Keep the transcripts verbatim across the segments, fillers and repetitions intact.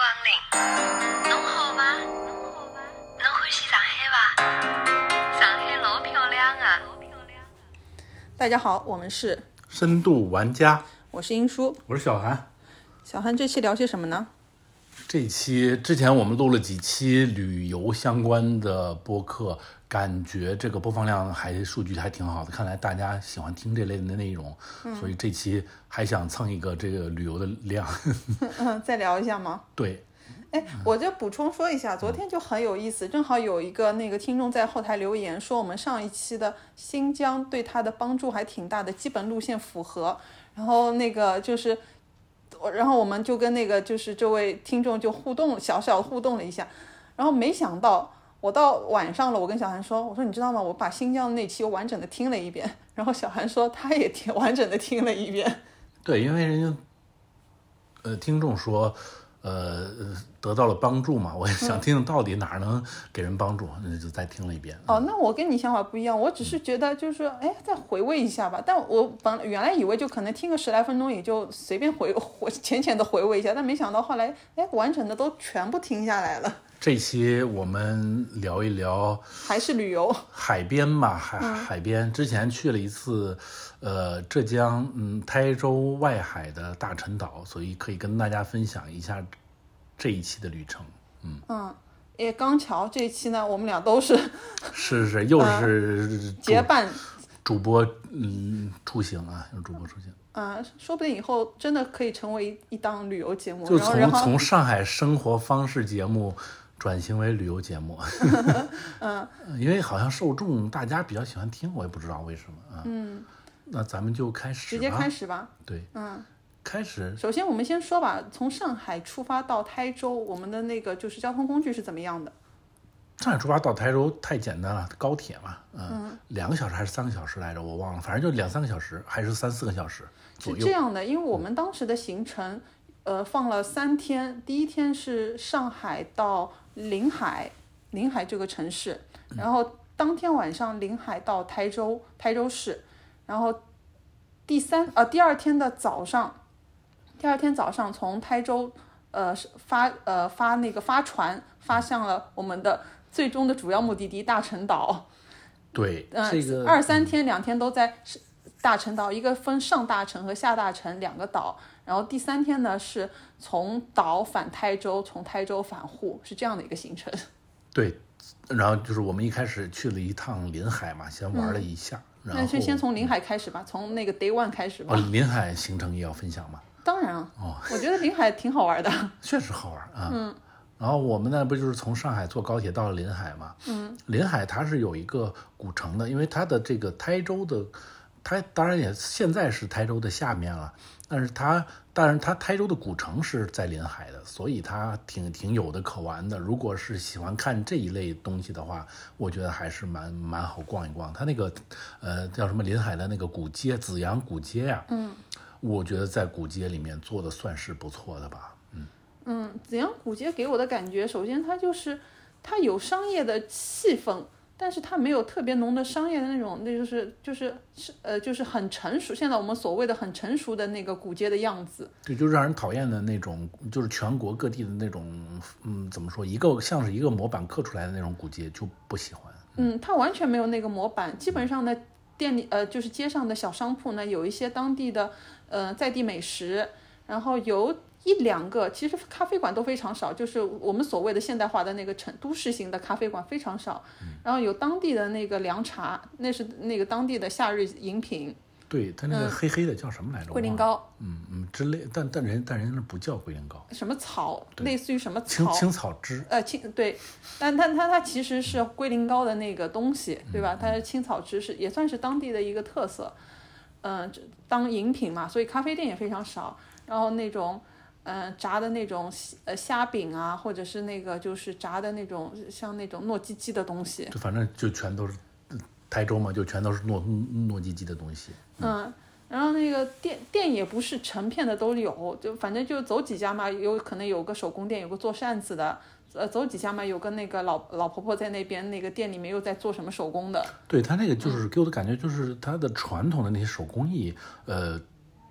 临。侬好吗？侬欢喜上海伐？上海老漂亮啊！ 大家好，我们是深度玩家， 我是英叔， 我是小韩。 小韩，这期聊些什么呢？ 这期之前我们录了几期旅游相关的播客，感觉这个播放量还数据还挺好的，看来大家喜欢听这类的内容，嗯、所以这期还想蹭一个这个旅游的量。 嗯，再聊一下吗？ 对。 哎，我就补充说一下，昨天就很有意思，正好有一个那个听众在后台留言说，我们上一期的新疆对他的帮助还挺大的，基本路线符合。然后那个就是，然后我们就跟那个就是这位听众就互动，小小互动了一下。然后没想到我到晚上了，我跟小韩说，我说你知道吗？我把新疆那期又完整的听了一遍。然后小韩说他也听完整的听了一遍。 对，因为人家呃听众说。呃，得到了帮助嘛，我也想听听到底哪儿能给人帮助，那、嗯、就再听了一遍。 哦，那我跟你想法不一样，我只是觉得就是说，哎，再回味一下吧。但我本原来以为就可能听个十来分钟，也就随便回回浅浅的回味一下，但没想到后来，哎，完整的都全部听下来了。 这期我们聊一聊， 还是旅游海边吧，海、嗯、海边。之前去了一次，呃，浙江嗯台州外海的大陈岛，所以可以跟大家分享一下这一期的旅程。嗯嗯，也刚巧这一期呢，我们俩都是是是又是、 呃、结伴主播嗯出行啊，有主播出行。 啊、呃，说不定以后真的可以成为一档旅游节目， 就从从上海生活方式节目。转型为旅游节目， 嗯， 因为好像受众大家比较喜欢听，我也不知道为什么啊。 嗯， 那咱们就开始吧， 直接开始吧。 对， 嗯， 开始。 首先我们先说吧，从上海出发到台州，我们的那个就是交通工具是怎么样的？ 上海出发到台州太简单了，高铁嘛，嗯，嗯两个小时还是三个小时来着，我忘了，反正就两三个小时，还是三四个小时左右。 是这样的，因为我们当时的行程，呃，放了三天，第一天是上海到临海，临海这个城市，然后当天晚上临海到台州，台州市，然后第三呃第二天的早上，第二天早上从台州呃发呃发那个发船发向了我们的最终的主要目的地大陈岛。 对， 呃、 这个二三天两天都在大陈岛，一个分上大陈和下大陈两个岛。然后第三天呢是从岛返台州，从台州返沪，是这样的一个行程。 对，然后就是我们一开始去了一趟临海嘛，先玩了一下。嗯、然后那就先从临海开始吧，从那个 day one 开始吧。 哦，临海行程也要分享吗？ 当然啊， 哦， 我觉得临海挺好玩的。 确实好玩啊。 嗯。 然后我们呢不就是从上海坐高铁到了临海嘛？ 嗯。 临海它是有一个古城的，因为它的这个台州的。它当然也现在是台州的下面了，但是它当然它台州的古城是在临海的，所以它挺挺有的可玩的。如果是喜欢看这一类东西的话，我觉得还是蛮蛮好逛一逛。它那个呃叫什么临海的那个古街紫阳古街呀、啊， 嗯， 我觉得在古街里面做的算是不错的吧。嗯嗯，紫阳古街给我的感觉，首先它就是它有商业的气氛。但是它没有特别浓的商业的那种，那就是就是是呃就是很成熟，现在我们所谓的很成熟的那个古街的样子。 对，就让人讨厌的那种，就是全国各地的那种，嗯，怎么说，一个像是一个模板刻出来的那种古街就不喜欢。 嗯，嗯它完全没有那个模板，基本上呢，店里呃就是街上的小商铺呢，有一些当地的呃在地美食，然后有。一两个，其实咖啡馆都非常少，就是我们所谓的现代化的那个城都市型的咖啡馆非常少。然后有当地的那个凉茶，那是那个当地的夏日饮品。 对，它那个黑黑的叫什么来着？ 龟苓膏。 嗯嗯，之类，但但人但人家不叫龟苓膏。 什么草？类似于什么草？ 青青草汁。 呃，青对，但它它它其实是龟苓膏的那个东西，对吧？它是青草汁是也算是当地的一个特色。嗯、呃，当饮品嘛，所以咖啡店也非常少。然后那种。嗯、呃，炸的那种呃虾饼啊，或者是那个就是炸的那种像那种糯叽叽的东西， 就反正就全都是台州嘛，就全都是糯糯叽叽的东西。 嗯，嗯然后那个店店也不是成片的都有，就反正就走几家嘛，有可能有个手工店，有个做扇子的，呃，走几家嘛，有个那个老老婆婆在那边那个店里面又在做什么手工的。 对，他那个就是给我的感觉就是他的传统的那些手工艺，呃。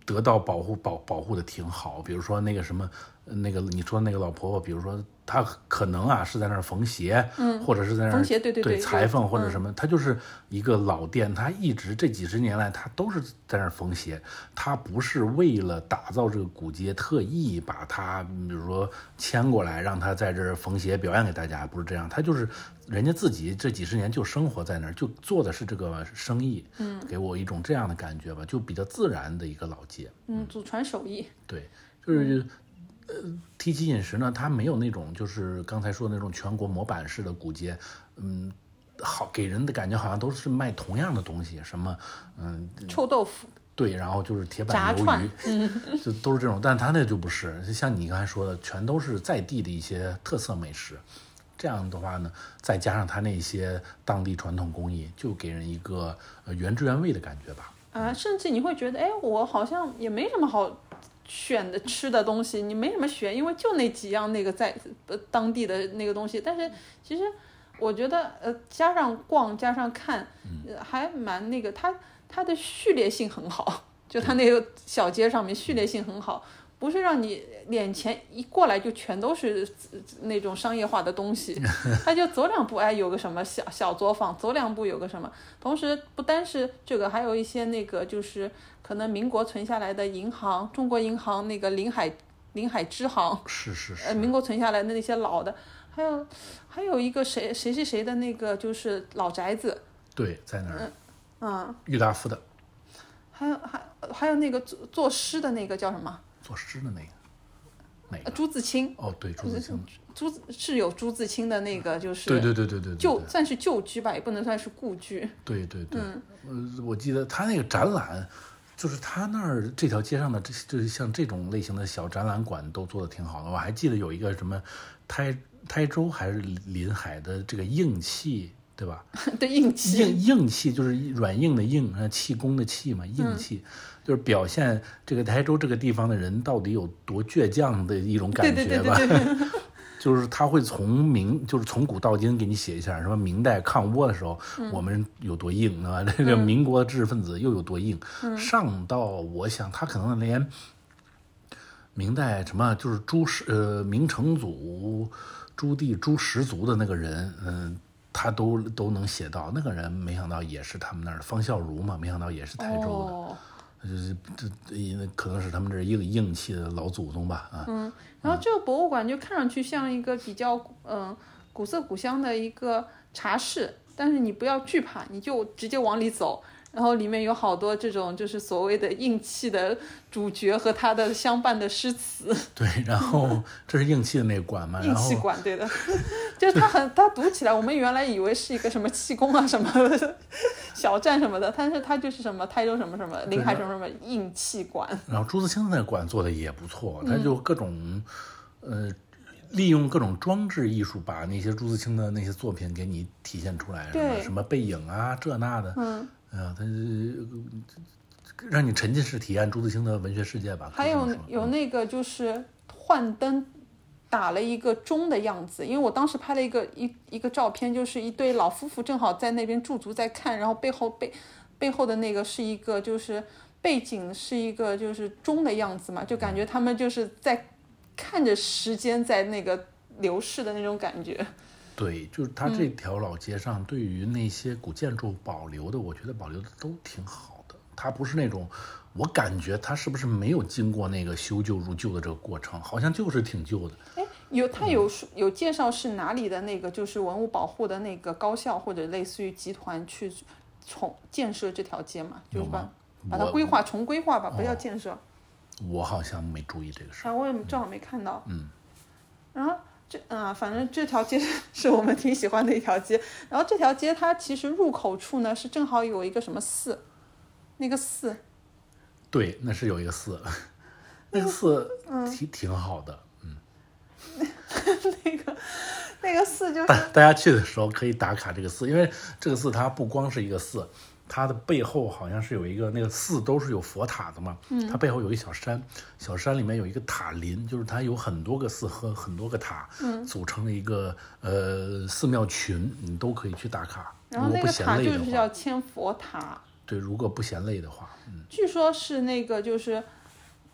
得到保护保保护的挺好。比如说那个什么，那个你说那个老婆婆，比如说她可能啊是在那儿缝鞋，嗯，或者是在那儿缝鞋，对对对裁缝或者嗯、 什么，她就是一个老店，她一直这几十年来她都是在那儿缝鞋，她不是为了打造这个古街特意把她比如说牵过来让她在这儿缝鞋表演给大家，不是这样，她就是人家自己这几十年就生活在那儿，就做的是这个生意，嗯，给我一种这样的感觉吧，就比较自然的一个老街， 嗯，祖传手艺， 对，就是。嗯呃，提起饮食呢，它没有那种就是刚才说的那种全国模板式的古街，嗯，好给人的感觉好像都是卖同样的东西，什么嗯， 臭豆腐， 对，然后就是铁板鱿鱼，嗯，就都是这种，但它那就不是，像你刚才说的，全都是在地的一些特色美食，这样的话呢，再加上它那些当地传统工艺，就给人一个呃原汁原味的感觉吧。 啊，甚至你会觉得，哎，我好像也没什么好选的吃的东西，你没什么选，因为就那几样那个在呃当地的那个东西。但是其实我觉得，呃，加上逛加上看，呃、还蛮那个，它它的序列性很好，就它那个小街上面序列性很好，不是让你脸前一过来就全都是那种商业化的东西，它就走两步，哎，有个什么小小作坊，走两步有个什么。同时不单是这个，还有一些那个就是可能民国存下来的银行，中国银行那个临海临海支行， 是是是， 呃，民国存下来的那些老的，还有还有一个谁谁是谁的那个就是老宅子， 对，在那儿， 嗯嗯， 郁达夫的， 还有还还有那个做做诗的那个叫什么？ 做诗的那个，哪个？ 朱自清。 哦，对，朱自清。 朱是有朱自清的那个，就是对对对对对， 旧算是旧居吧，也不能算是故居。 对对对，嗯，呃，我记得他那个展览，就是他那儿这条街上的这就是像这种类型的小展览馆都做的挺好的。我还记得有一个什么台台州还是临海的这个硬器。对吧？ 对，硬气， 硬硬气就是软硬的硬，气功的气嘛，硬气、嗯、就是表现这个台州这个地方的人到底有多倔强的一种感觉吧。 对对对对对就是他会从明，就是从古到今给你写一下，什么明代抗倭的时候、嗯、我们有多硬啊，这个民国知识分子又有多硬。嗯、上到我想他可能连明代什么就是朱呃明成祖、朱棣、朱十族的那个人，嗯。他都都能写到，那个人没想到也是他们那儿的方孝孺嘛，没想到也是台州的， 哦、 这这可能是他们这一个硬气的老祖宗吧啊。 嗯，然后这个博物馆就看上去像一个比较嗯、呃、古色古香的一个茶室，但是你不要惧怕，你就直接往里走。然后里面有好多这种就是所谓的硬气的主角和他的相伴的诗词。 对，然后这是硬气的那个馆嘛？ 硬气馆，对的，就是他很他读起来，我们原来以为是一个什么气功啊什么小站什么的，但是他就是什么台州什么什么临海什么什么硬气馆。 然后朱自清那个馆做的也不错，他就各种、嗯、呃利用各种装置艺术，把那些朱自清的那些作品给你体现出来，什么什么背影啊这那的，嗯。啊，他让你沉浸式体验朱自清的文学世界吧。 还有有那个就是幻灯打了一个钟的样子，因为我当时拍了一个一一个照片，就是一对老夫妇正好在那边驻足在看，然后背后背背后的那个是一个就是背景是一个就是钟的样子嘛，就感觉他们就是在看着时间在那个流逝的那种感觉。 对，就是它这条老街上对于那些古建筑保留的、嗯、我觉得保留的都挺好的，它不是那种我感觉它是不是没有经过那个修旧入旧的这个过程，好像就是挺旧的。 哎，有它有、嗯、有介绍是哪里的那个就是文物保护的那个高校或者类似于集团去重建设这条街嘛，就是把把它规划重规划吧，不要建设、哦、 我好像没注意这个事、 啊、我也正好没看到。嗯，然后这啊，反正这条街是我们挺喜欢的一条街。然后这条街它其实入口处呢是正好有一个什么寺，那个寺， 对，那是有一个寺，那个寺挺、嗯、挺好的，嗯， 那个那个寺就是大大家去的时候可以打卡这个寺，因为这个寺它不光是一个寺。它的背后好像是有一个那个寺都是有佛塔的嘛，嗯，它背后有一小山，小山里面有一个塔林，就是它有很多个寺和很多个塔，嗯，组成了一个呃寺庙群，你都可以去打卡。 然后那个塔就是叫千佛塔。 对，如果不嫌累的话， 嗯，据说是那个就是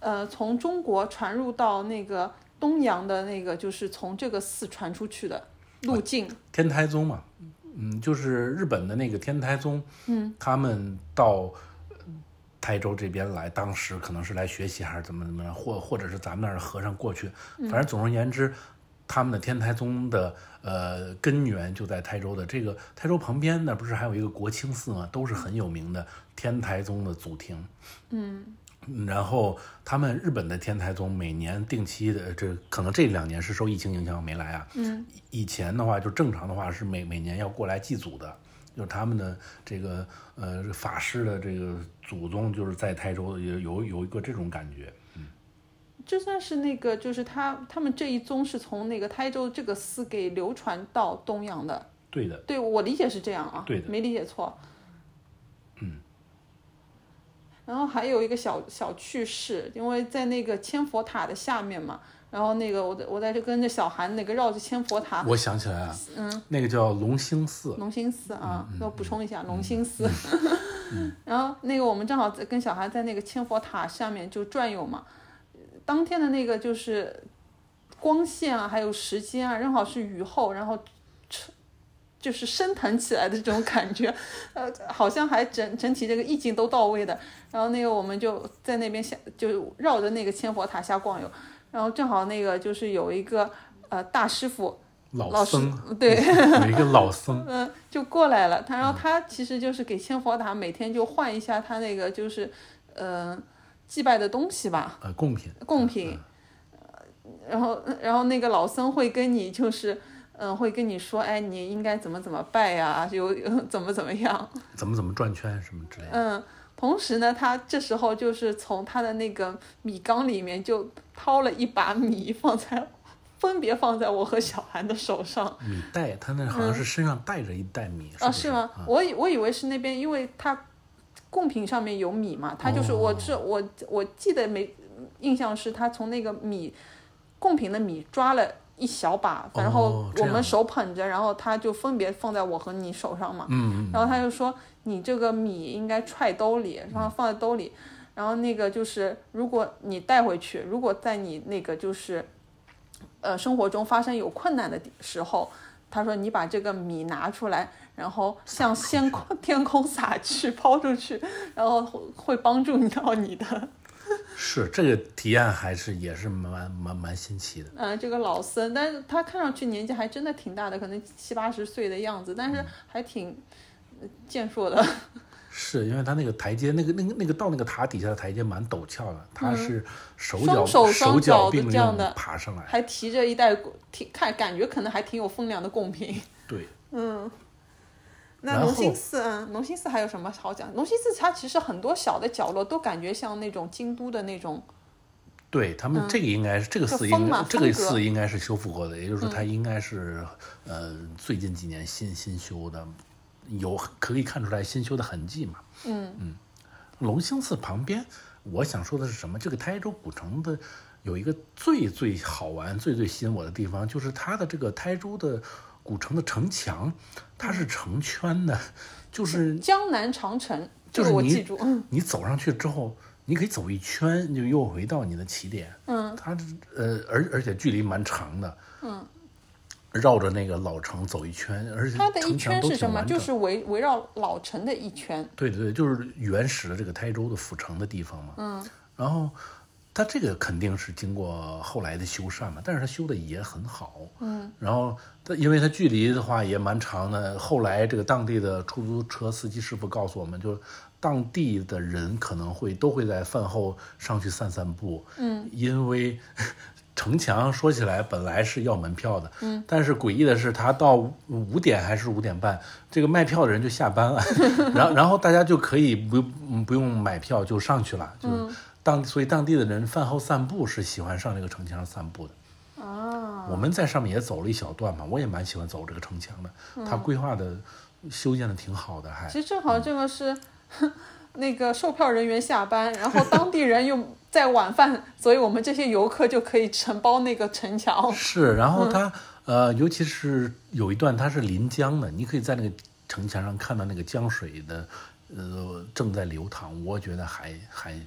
呃从中国传入到那个东洋的那个，就是从这个寺传出去的路径。啊、 天台宗嘛，嗯，就是日本的那个天台宗，嗯，他们到台州这边来，当时可能是来学习还是怎么怎么样，或或者是咱们那儿和尚过去，反正总而言之。嗯，他们的天台宗的呃根源就在台州的这个台州旁边呢，不是还有一个国清寺吗？都是很有名的天台宗的祖庭。嗯，然后他们日本的天台宗每年定期的，这可能这两年是受疫情影响没来啊。嗯，以前的话就正常的话是每每年要过来祭祖的，就是他们的这个呃法师的这个祖宗就是在台州有有有一个这种感觉。 这算是那个，就是他他们这一宗是从那个台州这个寺给流传到东洋的。 对的， 对我理解是这样啊， 对的， 没理解错。 嗯。 然后还有一个小小趣事，因为在那个千佛塔的下面嘛，然后那个我我在这跟着小韩那个绕着千佛塔， 我想起来啊，嗯，那个叫龙兴寺。 龙兴寺啊，要、嗯、补充一下，龙兴寺。嗯嗯、然后那个我们正好跟小韩在那个千佛塔下面就转悠嘛。当天的那个就是光线啊，还有时间啊，正好是雨后，然后就是升腾起来的这种感觉，呃，好像还整整体这个意境都到位的。然后那个我们就在那边下，就绕着那个千佛塔下逛悠，然后正好那个就是有一个呃大师傅， 老僧， 老对， 有一个老僧， 嗯，就过来了。他然后他其实就是给千佛塔每天就换一下他那个就是呃。祭拜的东西吧， 呃，贡品， 贡品，嗯、然后，然后那个老僧会跟你就是，嗯，会跟你说，哎，你应该怎么怎么拜呀，有怎么怎么样， 怎么怎么转圈什么之类的。 嗯，同时呢，他这时候就是从他的那个米缸里面就掏了一把米放在，分别放在我和小韩的手上。 米袋，他那好像是身上带着一袋米。 啊、嗯，是吗？啊、我以我以为是那边，因为他。贡品上面有米嘛，他就是我是、哦、我我记得没印象是他从那个米贡品的米抓了一小把，然后我们手捧着，然后他就分别放在我和你手上嘛， 嗯， 然后他就说你这个米应该揣兜里，然后放在兜里，然后那个就是如果你带回去，如果在你那个就是呃生活中发生有困难的时候，他说你把这个米拿出来。然后向天空天空撒去，抛出去，然后会帮助到你的。 是这个体验还是也是蛮蛮蛮新奇的。 嗯，这个老僧，但是他看上去年纪还真的挺大的，可能七八十岁的样子，但是还挺健硕的。 是因为他那个台阶，那个那个那个到那个塔底下的台阶蛮陡峭的，他是手脚、 嗯、手手脚并用爬上来， 还提着一袋，挺看感觉可能还挺有分量的贡品。 对， 嗯。那龙兴寺，嗯，龙兴寺还有什么好讲？龙兴寺它其实很多小的角落都感觉像那种京都的那种。 对他们这个应该是、嗯、这个寺应该这个寺应该是修复过的，也就是说它应该是、嗯、呃最近几年新新修的，有可以看出来新修的痕迹嘛。 嗯嗯，龙兴寺旁边，我想说的是什么？这个台州古城的有一个最最好玩、最最吸引我的地方，就是它的这个台州的。古城的城墙，它是成圈的，就是江南长城， 就是你我记住。 你走上去之后，你可以走一圈，就又回到你的起点。 嗯， 它呃，而而且距离蛮长的。 嗯， 绕着那个老城走一圈，而且它的一圈是什么？就是围围绕老城的一圈。 对对对，就是原始的这个台州的府城的地方嘛。 嗯， 然后。它这个肯定是经过后来的修缮嘛，但是它修的也很好。 嗯， 然后它因为它距离的话也蛮长的，后来这个当地的出租车司机师傅告诉我们，就当地的人可能会都会在饭后上去散散步。 嗯， 因为城墙说起来本来是要门票的， 嗯， 但是诡异的是，他到五点还是五点半，这个卖票的人就下班了，然后然后大家就可以不不用买票就上去了，就。 嗯当所以当地的人饭后散步是喜欢上这个城墙上散步的。 啊， 我们在上面也走了一小段嘛，我也蛮喜欢走这个城墙的。嗯、它规划的、修建的挺好的，还。 其实正好这个是、嗯、那个售票人员下班，然后当地人又在晚饭，所以我们这些游客就可以承包那个城墙。 是，然后它、嗯、呃，尤其是有一段它是临江的，你可以在那个城墙上看到那个江水的呃正在流淌，我觉得还还。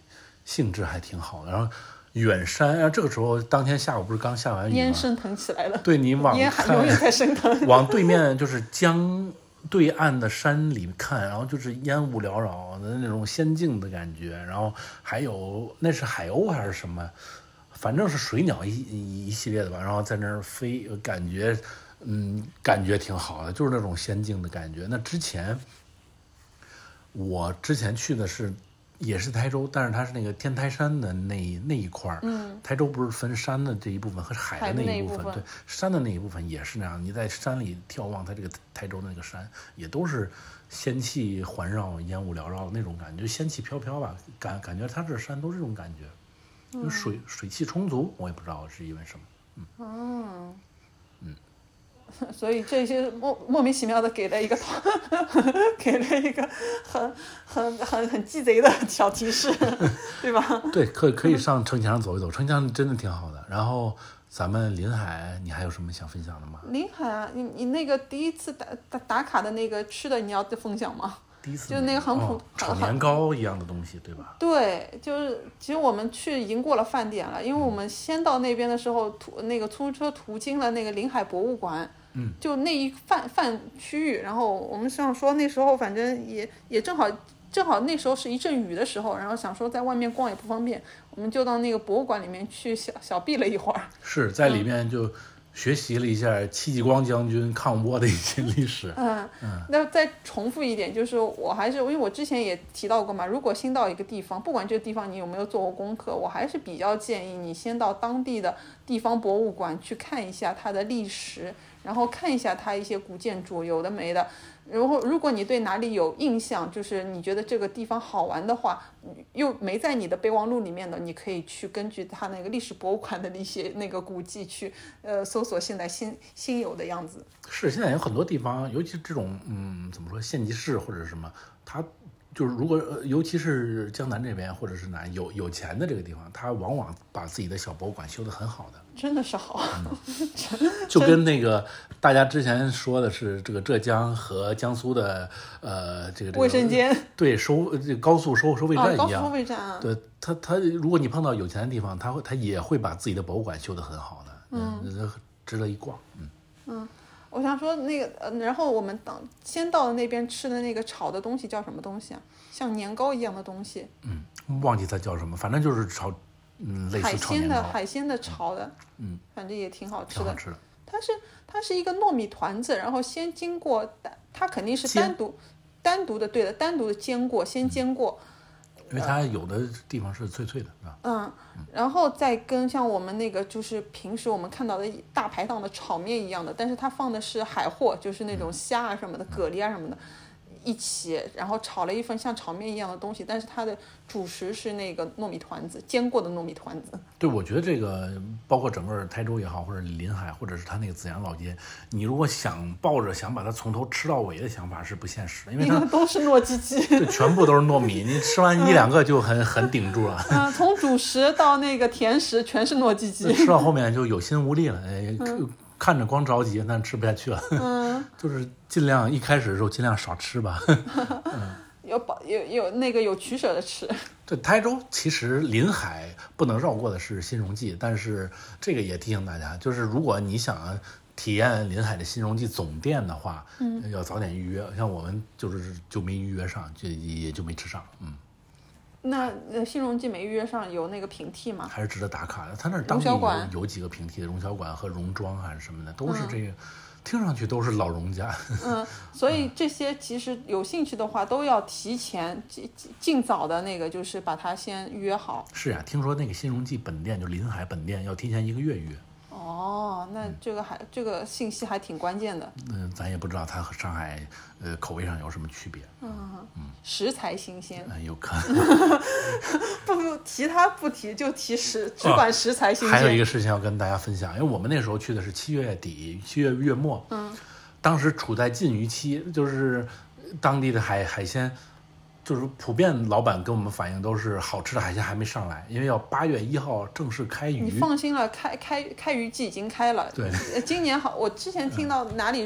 兴致还挺好的。然后远山，然后这个时候当天下午不是刚下完雨吗？ 烟升腾起来了。 对，你往烟还永远在升腾。 往对面就是江对岸的山里看，然后就是烟雾缭绕的那种仙境的感觉，然后还有那是海鸥还是什么，反正是水鸟一一一系列的吧，然后在那儿飞，感觉嗯感觉挺好的，就是那种仙境的感觉。那之前我之前去的是也是台州，但是它是那个天台山的那那一块儿。嗯，台州不是分山的这一部分和海的那一部分， 部分对，山的那一部分也是那样。你在山里眺望它这个台州的那个山，也都是仙气环绕、烟雾缭绕那种感觉，就仙气飘飘吧，感感觉它这山都是这种感觉，就水、嗯、水气充足，我也不知道是因为什么。嗯。 嗯所以这些莫莫名其妙的给了一个给了一个很很很很鸡贼的小提示，对吧？ 对，可可以上城墙走一走，城墙真的挺好的。然后咱们临海，你还有什么想分享的吗？ 临海啊，你你那个第一次打打打卡的那个吃的，你要分享吗？ 第一次就是那个很普、 哦、炒年糕一样的东西，对吧？ 对，就是其实我们去已经过了饭点了，因为我们先到那边的时候，途那个出租车途经了那个临海博物馆。 嗯， 就那一饭饭区域，然后我们想说那时候反正也也正好正好那时候是一阵雨的时候，然后想说在外面逛也不方便，我们就到那个博物馆里面去小小避了一会儿。 是在里面就学习了一下戚继光将军抗倭的一些历史。 嗯嗯，那再重复一点，就是我还是因为我之前也提到过嘛，如果新到一个地方，不管这个地方你有没有做过功课，我还是比较建议你先到当地的地方博物馆去看一下它的历史。然后看一下它一些古建筑，有的没的。然后如果你对哪里有印象，就是你觉得这个地方好玩的话，又没在你的备忘录里面的，你可以去根据它那个历史博物馆的一些那个古迹去呃搜索现在新新有的样子。 是，现在有很多地方，尤其这种嗯怎么说县级市或者什么，它就是如果尤其是江南这边或者是哪有有钱的这个地方，它往往把自己的小博物馆修得很好的。 真的是好， 嗯、就跟那个大家之前说的是这个浙江和江苏的呃这个、这个、 卫生间对收这高速收收费站一样， 啊、高速收费站、啊、 对他他如果你碰到有钱的地方，他会他也会把自己的博物馆修得很好的，嗯，嗯值得一逛，嗯嗯。我想说那个，呃，然后我们当先到的那边吃的那个炒的东西叫什么东西啊？像年糕一样的东西。 嗯，忘记它叫什么，反正就是炒，嗯，类似炒年糕。 海鲜的海鲜的炒的， 嗯， 反正也挺好吃的。 挺好吃的。 它是它是一个糯米团子，然后先经过，它肯定是单独单独的，对的，单独的煎过，先煎过。 嗯因为它有的地方是脆脆的，是吧？ 嗯，然后再跟像我们那个就是平时我们看到的大排档的炒面一样的，但是它放的是海货，就是那种虾啊什么的、蛤蜊啊什么的，一起，然后炒了一份像炒面一样的东西，但是它的主食是那个糯米团子，煎过的糯米团子。 对，我觉得这个包括整个台州也好，或者临海，或者是它那个紫阳老街，你如果想抱着想把它从头吃到尾的想法是不现实的，因为它都是糯叽叽， 对，全部都是糯米，你吃完一两个就很很顶住了。 嗯，从主食到那个甜食全是糯叽叽， 吃到后面就有心无力了，哎，嗯、看着光着急，但吃不下去了。 嗯， 就是尽量一开始的时候尽量少吃吧。 嗯有保有有那个有取舍的吃。 对，台州其实临海不能绕过的是新荣记，但是这个也提醒大家，就是如果你想体验临海的新荣记总店的话，嗯，要早点预约。像我们就是就没预约上，就也就没吃上，嗯。 那呃，新荣记没预约上，有那个平替吗？ 还是值得打卡的。他那儿当地有有几个平替的，荣小馆和荣庄还是什么的，都是这个。嗯，听上去都是老荣家。 嗯，所以这些其实有兴趣的话，都要提前尽尽早的那个，就是把它先约好。 是呀，听说那个新荣记本店就临海本店要提前一个月约。 哦，那这个还、嗯、这个信息还挺关键的。 嗯，咱也不知道它和上海呃口味上有什么区别。 嗯嗯，食材新鲜。 嗯，有可能。 不不提它不提，就提食，只管食材新鲜。 还有一个事情要跟大家分享，因为我们那时候去的是七月底，七月月末， 嗯， 当时处在禁渔期，就是当地的海海鲜。就是普遍老板跟我们反映都是好吃的海鲜还没上来，因为要八月一号正式开渔。 你放心了，开开开渔季已经开了。 对， 今年好，我之前听到哪里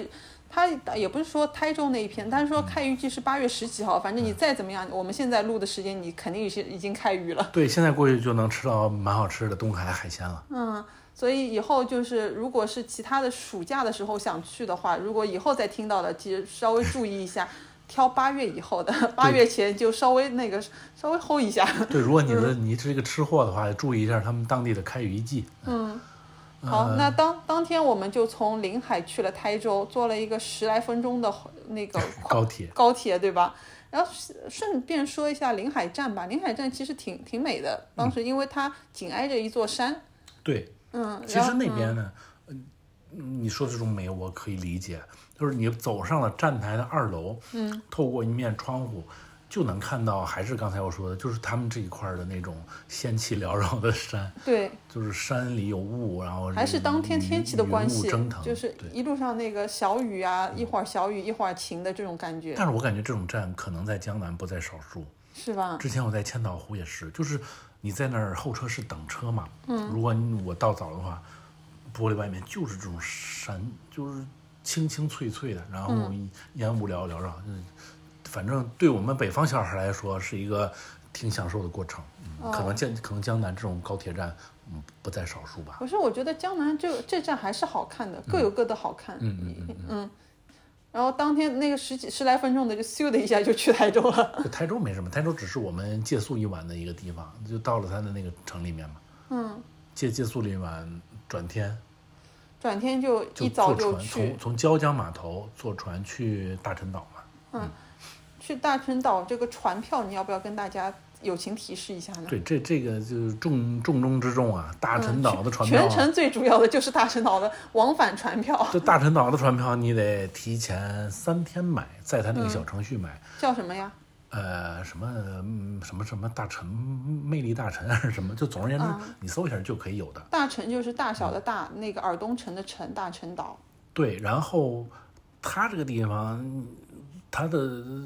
他也不是说台州那一片，但是说开渔季是八月十几号，反正你再怎么样，我们现在录的时间，你肯定是已经开渔了。 对，现在过去就能吃到蛮好吃的东海海鲜了。 嗯，所以以后就是如果是其他的暑假的时候想去的话，如果以后再听到的，其实稍微注意一下。挑八月以后的，八月前就稍微那个稍微 hold 一下。 对，如果你是、嗯、你是一个吃货的话，注意一下他们当地的开渔季。 嗯，好，呃、那当当天我们就从临海去了台州，坐了一个十来分钟的那个高铁， 高铁对吧？然后顺便说一下临海站吧，临海站其实挺挺美的，当时因为它紧挨着一座山。 嗯、对， 嗯， 其实那边呢，嗯、你说这种美我可以理解。就是你走上了站台的二楼， 嗯， 透过一面窗户，就能看到，还是刚才我说的，就是他们这一块的那种仙气缭绕的山。 对， 就是山里有雾，然后还是当天天气的关系， 蒸腾， 就是一路上那个小雨啊，一会儿小雨一会儿晴的这种感觉。 但是我感觉这种站可能在江南不在少数， 是吧？ 之前我在千岛湖也是，就是你在那儿候车室等车嘛， 嗯， 如果我到早的话，玻璃外面就是这种山，就是青青翠翠的，然后烟雾缭缭绕，嗯，反正对我们北方小孩来说是一个挺享受的过程。嗯哦、 可能江可能江南这种高铁站，嗯，不在少数吧。 可是我觉得江南这这站还是好看的，各有各的好看。 嗯嗯嗯 嗯, 嗯。然后当天那个十几十来分钟的就咻的一下就去台州了。 台州没什么，台州只是我们借宿一晚的一个地方，就到了它的那个城里面嘛。 嗯。 借借宿了一晚，转天。 转天就一早就去， 从从椒江码头坐船去大陈岛嘛。 嗯，嗯去大陈岛这个船票你要不要跟大家友情提示一下呢？ 对，这这个就是重重中之重啊！大陈岛的船票、 嗯，全程最主要的就是大陈岛的往返船票。 这大陈岛的船票你得提前三天买，在他那个小程序买。 嗯、叫什么呀？ 呃，什么什么什么大陈魅力大陈还是什么？就总而言之，嗯、你搜一下就可以有的。 大陈就是大小的大，嗯、那个尔东城的城，大陈岛。 对，然后它这个地方，它的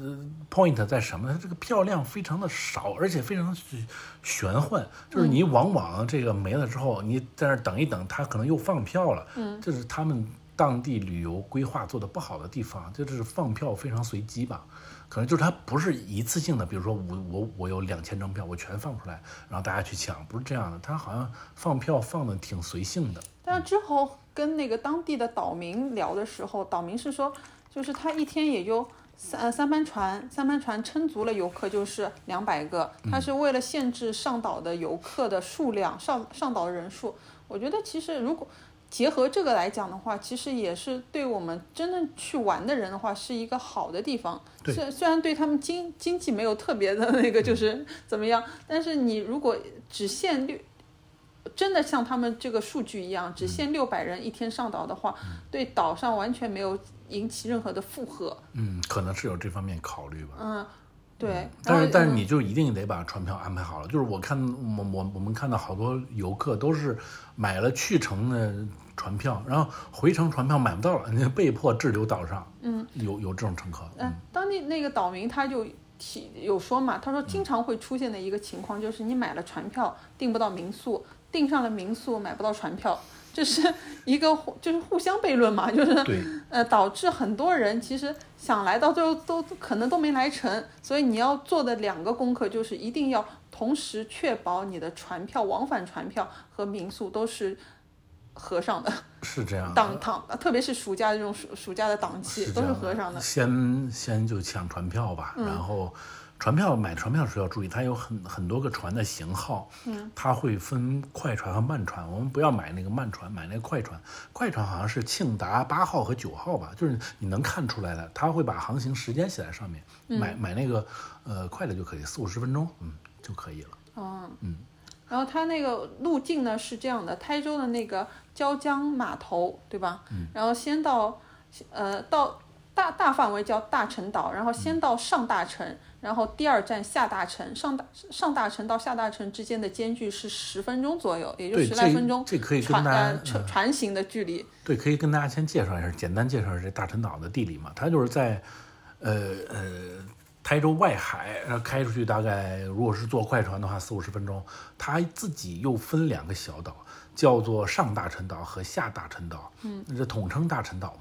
point 在什么？它这个票量非常的少，而且非常的玄幻。就是你往往这个没了之后，嗯、你在那等一等，它可能又放票了。 嗯， 这是他们当地旅游规划做的不好的地方，就是放票非常随机吧。可能就是它不是一次性的，比如说我我我有两千张票，我全放出来，然后大家去抢，不是这样的。它好像放票放的挺随性的。 但之后跟那个当地的岛民聊的时候，岛民是说，就是他一天也就三三班船，三班船撑足了游客就是两百个，他是为了限制上岛的游客的数量，上上岛的人数。我觉得其实如果结合这个来讲的话，其实也是对我们真正去玩的人的话是一个好的地方。虽虽然对他们经经济没有特别的那个就是怎么样，但是你如果只限六，真的像他们这个数据一样，只限六百人一天上岛的话， 嗯、 对岛上完全没有引起任何的负荷。 嗯，可能是有这方面考虑吧。 嗯。对， 嗯、但是但是你就一定得把船票安排好了。就是我看我我我们看到好多游客都是买了去程的船票，然后回程船票买不到了，你被迫滞留岛上。 嗯， 有有这种乘客。 嗯，当地那个岛民他就提有说嘛，他说经常会出现的一个情况就是你买了船票订不到民宿，订上了民宿买不到船票。这是一个就是互相悖论嘛，就是呃导致很多人其实想来到最后都可能都没来成，所以你要做的两个功课就是一定要同时确保你的船票往返船票和民宿都是合上的， 是这样的， 档档特别是暑假这种暑暑假的档期都是合上的。 先先就抢船票吧， 嗯、 然后。船票买船票的时候要注意，它有很很多个船的型号， 嗯， 它会分快船和慢船。我们不要买那个慢船，买那个快船。快船好像是庆达八号和九号吧，就是你能看出来的，它会把航行时间写在上面。 嗯、 买买那个呃快的就可以，四五十分钟，嗯就可以了。 哦， 嗯。 然后它那个路径呢是这样的，台州的那个椒江码头，对吧？ 嗯。 然后先到呃到大大范围叫大陈岛，然后先到上大陈。嗯，然后第二站下大陈，上大上大陈到下大陈之间的间距是十分钟左右，也就十来分钟。 这可以跟大家船船行的距离。 对，可以跟大家先介绍一下，简单介绍一下这大陈岛的地理嘛。它就是在，呃呃，台州外海，然后开出去大概如果是坐快船的话四五十分钟。它自己又分两个小岛，叫做上大陈岛和下大陈岛。 嗯， 这统称大陈岛嘛。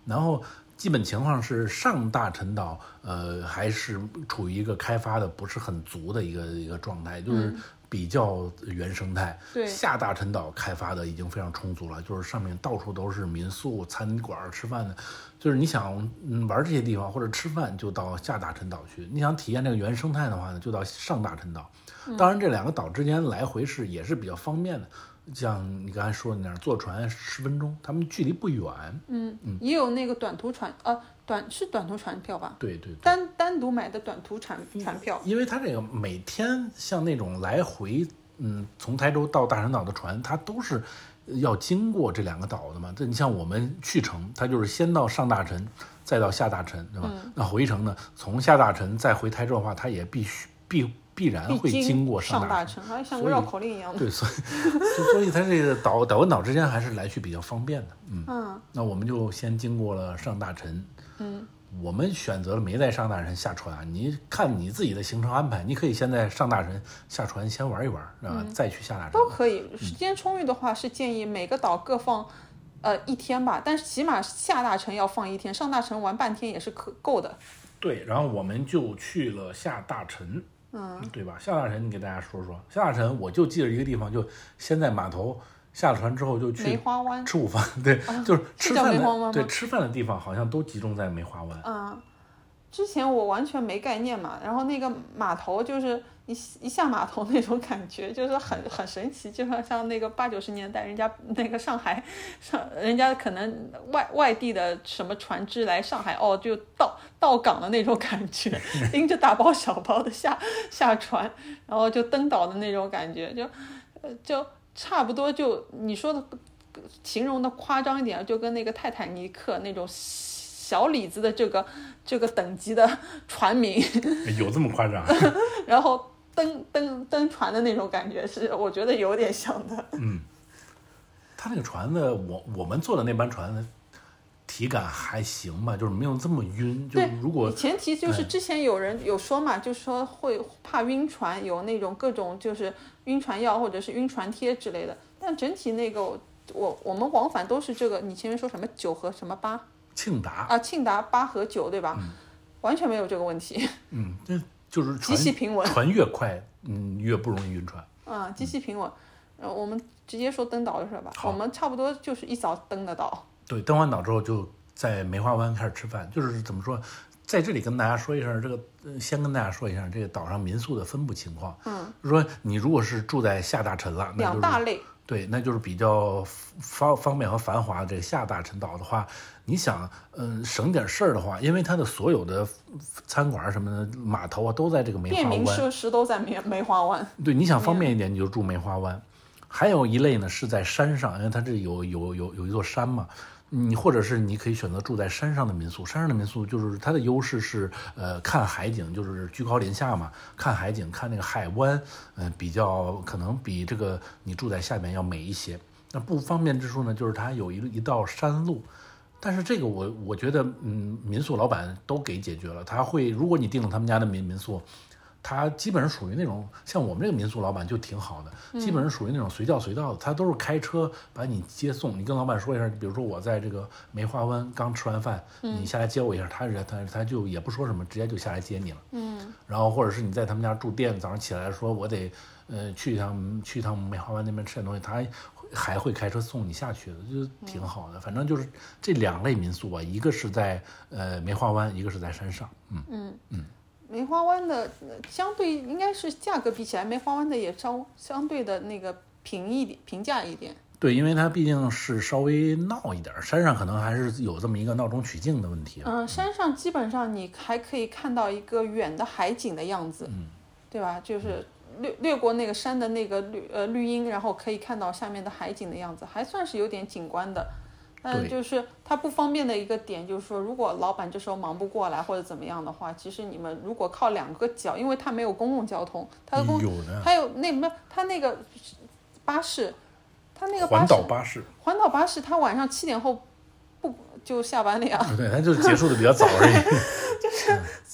然后基本情况是上大陈岛呃还是处于一个开发的不是很足的一个一个状态，就是比较原生态。 对， 下大陈岛开发的已经非常充足了，就是上面到处都是民宿、餐馆、吃饭的，就是你想嗯玩这些地方或者吃饭，就到下大陈岛去；你想体验这个原生态的话呢，就到上大陈岛。当然，这两个岛之间来回是也是比较方便的，像你刚才说的那样，坐船十分钟，他们距离不远。 嗯嗯，也有那个短途船，呃，短是短途船票吧？ 对对对， 单单独买的短途船船票， 因为它这个每天像那种来回，嗯，从台州到大陈岛的船，它都是要经过这两个岛的嘛。这你像我们去程，它就是先到上大陈，再到下大陈，对吧？ 嗯、 那回程呢，从下大陈再回台州的话，它也必须必。必然会经过上大陈，还像个绕口令一样的。 对，所以所以它这个岛岛跟岛之间还是来去比较方便的。嗯，嗯那我们就先经过了上大陈。 嗯， 我们选择了没在上大陈下船，你看你自己的行程安排，你可以先在上大陈下船先玩一玩，啊、嗯，再去下大陈都可以。时间充裕的话，是建议每个岛各放呃一天吧，但是起码下大陈要放一天，上大陈玩半天也是可够的。 对，然后我们就去了下大陈。嗯，对吧？下大陈，你给大家说说。下大陈，我就记着一个地方，就先在码头下了船之后就去梅花湾吃午饭。对，啊、就是吃饭的。 对，吃饭的地方好像都集中在梅花湾。 嗯，之前我完全没概念嘛，然后那个码头就是一一下码头那种感觉，就是很很神奇，就像像那个八九十年代人家那个上海上人家可能外外地的什么船只来上海哦，就到到港的那种感觉，拎着大包小包的下下船，然后就登岛的那种感觉，就就差不多就你说的形容的夸张一点，就跟那个泰坦尼克那种小李子的这个这个等级的船民有这么夸张？ 然后登登登船的那种感觉是，我觉得有点像的。 嗯，他那个船的，我我们坐的那班船的体感还行吧，就是没有这么晕。就如果前提就是之前有人有说嘛，就是说会怕晕船，有那种各种就是晕船药或者是晕船贴之类的。但整体那个我我们往返都是这个，你前面说什么九和什么八？ 庆达啊，庆达八和九对吧？ 嗯、 完全没有这个问题。 嗯，这就是极其平稳， 船越快，嗯，越不容易晕船。 啊、嗯，极其平稳。呃，我们直接说登岛的事吧。我们差不多就是一早登的岛。对， 登完岛之后就在梅花湾开始吃饭。就是怎么说，在这里跟大家说一声，这个先跟大家说一下这个岛上民宿的分布情况。 嗯， 就是说你如果是住在下大陈了， 两大类。 对，那就是比较方方便和繁华的这个下大陈岛的话，你想，嗯，省点事儿的话，因为它的所有的餐馆什么的、码头啊，都在这个梅花湾， 便民设施都在梅梅花湾。 对，你想方便一点，你就住梅花湾。还有一类呢是在山上，因为它这有有有有一座山嘛。你或者是你可以选择住在山上的民宿，山上的民宿就是它的优势是，呃，看海景，就是居高临下嘛，看海景，看那个海湾，呃，比较可能比这个你住在下面要美一些。那不方便之处呢，就是它有一一道山路，但是这个我我觉得，嗯，民宿老板都给解决了，他会，如果你订了他们家的民民宿。他基本上属于那种像我们这个民宿老板就挺好的，嗯、基本上属于那种随叫随到的，他都是开车把你接送。你跟老板说一下，比如说我在这个梅花湾刚吃完饭，嗯、你下来接我一下，他他他就也不说什么，直接就下来接你了。 嗯， 然后或者是你在他们家住店，早上起来说我得呃去一趟去一趟梅花湾那边吃点东西，他还会开车送你下去的，就挺好的。嗯、反正就是这两类民宿吧，一个是在呃梅花湾，一个是在山上。嗯嗯嗯。 梅花湾的相对应该是价格比起来，梅花湾的也稍相对的那个平一点，平价一点。 对，因为它毕竟是稍微闹一点，山上可能还是有这么一个闹中取静的问题、啊。 嗯，山上基本上你还可以看到一个远的海景的样子， 嗯， 对吧？就是掠掠过那个山的那个绿呃绿荫，然后可以看到下面的海景的样子，还算是有点景观的。但就是它不方便的一个点，就是说，如果老板这时候忙不过来或者怎么样的话，其实你们如果靠两个脚，因为它没有公共交通，它的公有的还有那没它那个巴士，它那个巴士环岛巴士， 环岛巴士，它晚上七点后不就下班了呀？ 对，它就结束的比较早而已。 就是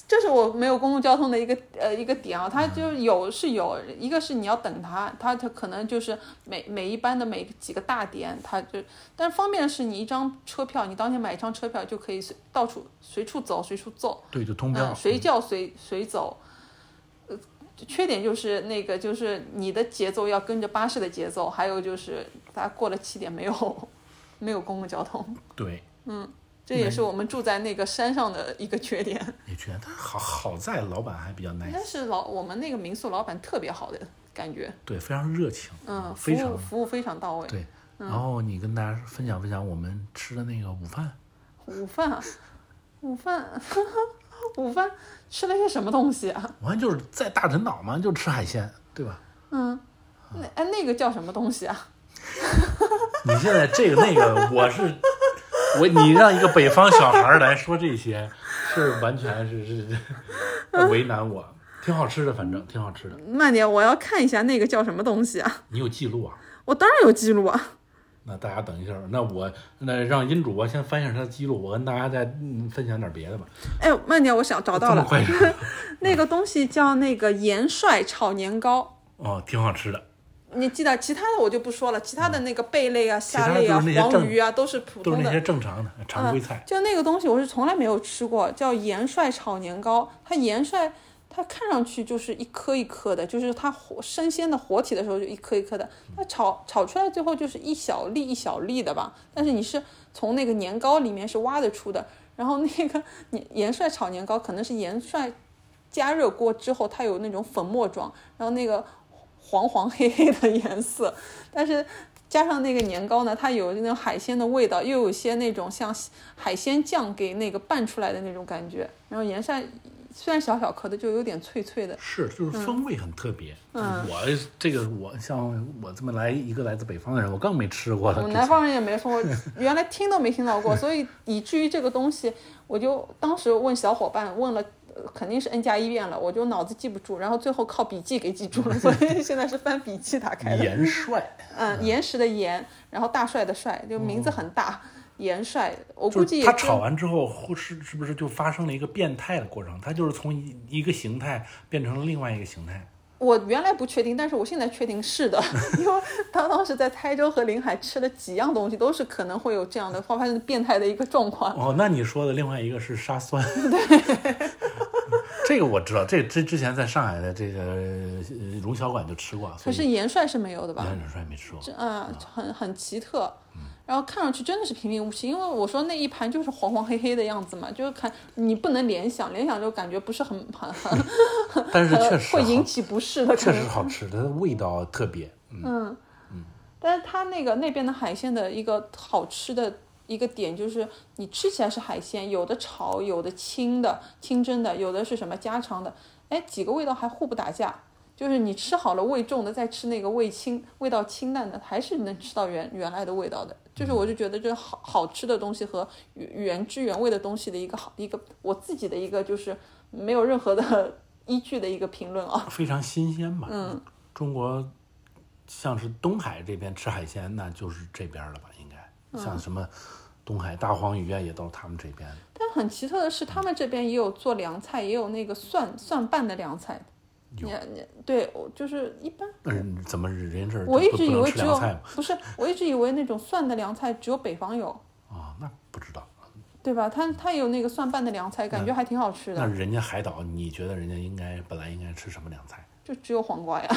这是我没有公共交通的一个呃一个点啊，它就有是有，一个是你要等它，它它可能就是每每一班的每几个大点，它就，但是方便的是你一张车票，你当天买一张车票就可以随到处随处走随处走， 对，就通票， 嗯，随叫随随走。呃，缺点就是那个就是你的节奏要跟着巴士的节奏，还有就是它过了七点没有没有公共交通。 对， 嗯。这也是我们住在那个山上的一个缺点。 也觉得好好在老板还比较 nice， 但是老我们那个民宿老板特别好的感觉， 对，非常热情， 嗯， 非常服务服务非常到位。 对，然后你跟大家分享分享我们吃的那个午饭。 午饭啊，午饭，午饭吃了些什么东西啊？ 午饭就是在大陈岛嘛，就吃海鲜，对吧？ 嗯，那哎那个叫什么东西啊？ 你现在这个那个，我是。我你让一个北方小孩来说这些，是完全是是是为难我。挺好吃的，反正挺好吃的。 慢点，我要看一下那个叫什么东西啊？ 你有记录啊？ 我当然有记录啊。 那大家等一下，那我那让音主播先翻一下他的记录，我跟大家再、嗯、分享点别的吧。 哎，慢点，我想找到了。那个东西叫那个盐帅炒年糕。 哦，挺好吃的。 你记得其他的我就不说了，其他的那个贝类啊、虾类啊、黄鱼啊都是普通的， 都是那些正常的常规菜、 嗯。就那个东西我是从来没有吃过，叫盐帅炒年糕。它盐帅，它看上去就是一颗一颗的，就是它活生鲜的活体的时候就一颗一颗的，它炒炒出来最后就是一小粒一小粒的吧。但是你是从那个年糕里面是挖得出的，然后那个盐帅炒年糕可能是盐帅加热过之后它有那种粉末状，然后那个。黄黄黑黑的颜色，但是加上那个年糕呢，它有那种海鲜的味道，又有些那种像海鲜酱给那个拌出来的那种感觉。然后盐帅虽然小小颗的，就有点脆脆的， 是就是风味很特别。 嗯， 我这个我像我这么来一个来自北方的人，我更没吃过了。 我南方人也没说过，原来听都没听到过，所以以至于这个东西，我就当时问小伙伴，问了。肯定是 n 加一遍了，我就脑子记不住，然后最后靠笔记给记住了，所以现在是翻笔记打开的。 盐帅， 嗯，岩石的岩，然后大帅的帅，就名字很大，盐帅。我估计也他炒完之后，是是不是就发生了一个变态的过程？他就是从一一个形态变成了另外一个形态。 我原来不确定，但是我现在确定是的，因为他当时在台州和临海吃了几样东西，都是可能会有这样的发生变态的一个状况。 哦，那你说的另外一个是沙酸， 对， 这个我知道，这之之前在上海的这个荣小馆就吃过， 可是盐帅是没有的吧？ 盐帅没吃过， 嗯，很很奇特。然后看上去真的是平平无奇，因为我说那一盘就是黄黄黑黑的样子嘛，就是看你不能联想，联想就感觉不是很很很， 但是确实会引起不适的。 确实好吃，它的味道特别。嗯嗯, 嗯但是它那个那边的海鲜的一个好吃的一个点就是你吃起来是海鲜，有的炒，有的清的清蒸的，有的是什么家常的，哎，几个味道还互不打架。就是你吃好了味重的，再吃那个味轻、味道清淡的，还是能吃到原原来的味道的。就是我就觉得这好好吃的东西和原汁原味的东西的一个好一个我自己的一个就是没有任何的依据的一个评论啊。 非常新鲜吧？ 嗯， 中国像是东海这边吃海鲜，那就是这边了吧？应该像什么东海大黄鱼啊，也都是他们这边的。 但很奇特的是，他们这边也有做凉菜，也有那个蒜蒜拌的凉菜。你你对，就是一般。 嗯，怎么人这儿我一直以为只有不是，我一直以为那种蒜的凉菜只有北方有。 啊，那不知道。 对吧？他他有那个蒜拌的凉菜，感觉还挺好吃的。 那人家海岛，你觉得人家应该本来应该吃什么凉菜？ 就只有黄瓜呀。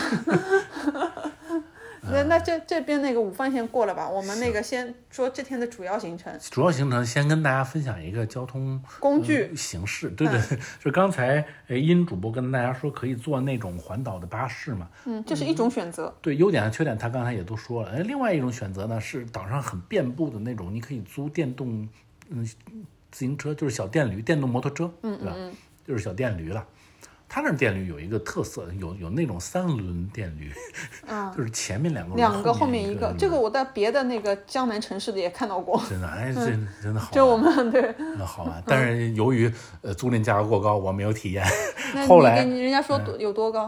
那那这这边那个午饭先过了吧，我们那个先说这天的主要行程。 主要行程先跟大家分享一个交通工具、 呃、形式，对对对，就刚才殷主播跟大家说可以坐那种环岛的巴士嘛， 嗯，这是一种选择。 嗯、对，优点和缺点他刚才也都说了。哎，另外一种选择呢是岛上很遍布的那种，你可以租电动嗯自行车，就是小电驴、电动摩托车， 嗯对吧？ 嗯嗯， 就是小电驴了。它那电驴有一个特色，有有那种三轮电驴， 嗯， 就是前面两个两个后面一个，这个我在别的那个江南城市的也看到过。 真的，哎，真、嗯、真的好玩。 就我们对， 那好玩。但是由于呃租赁价格过高，我没有体验。 那后来你人家说多、嗯、有多高？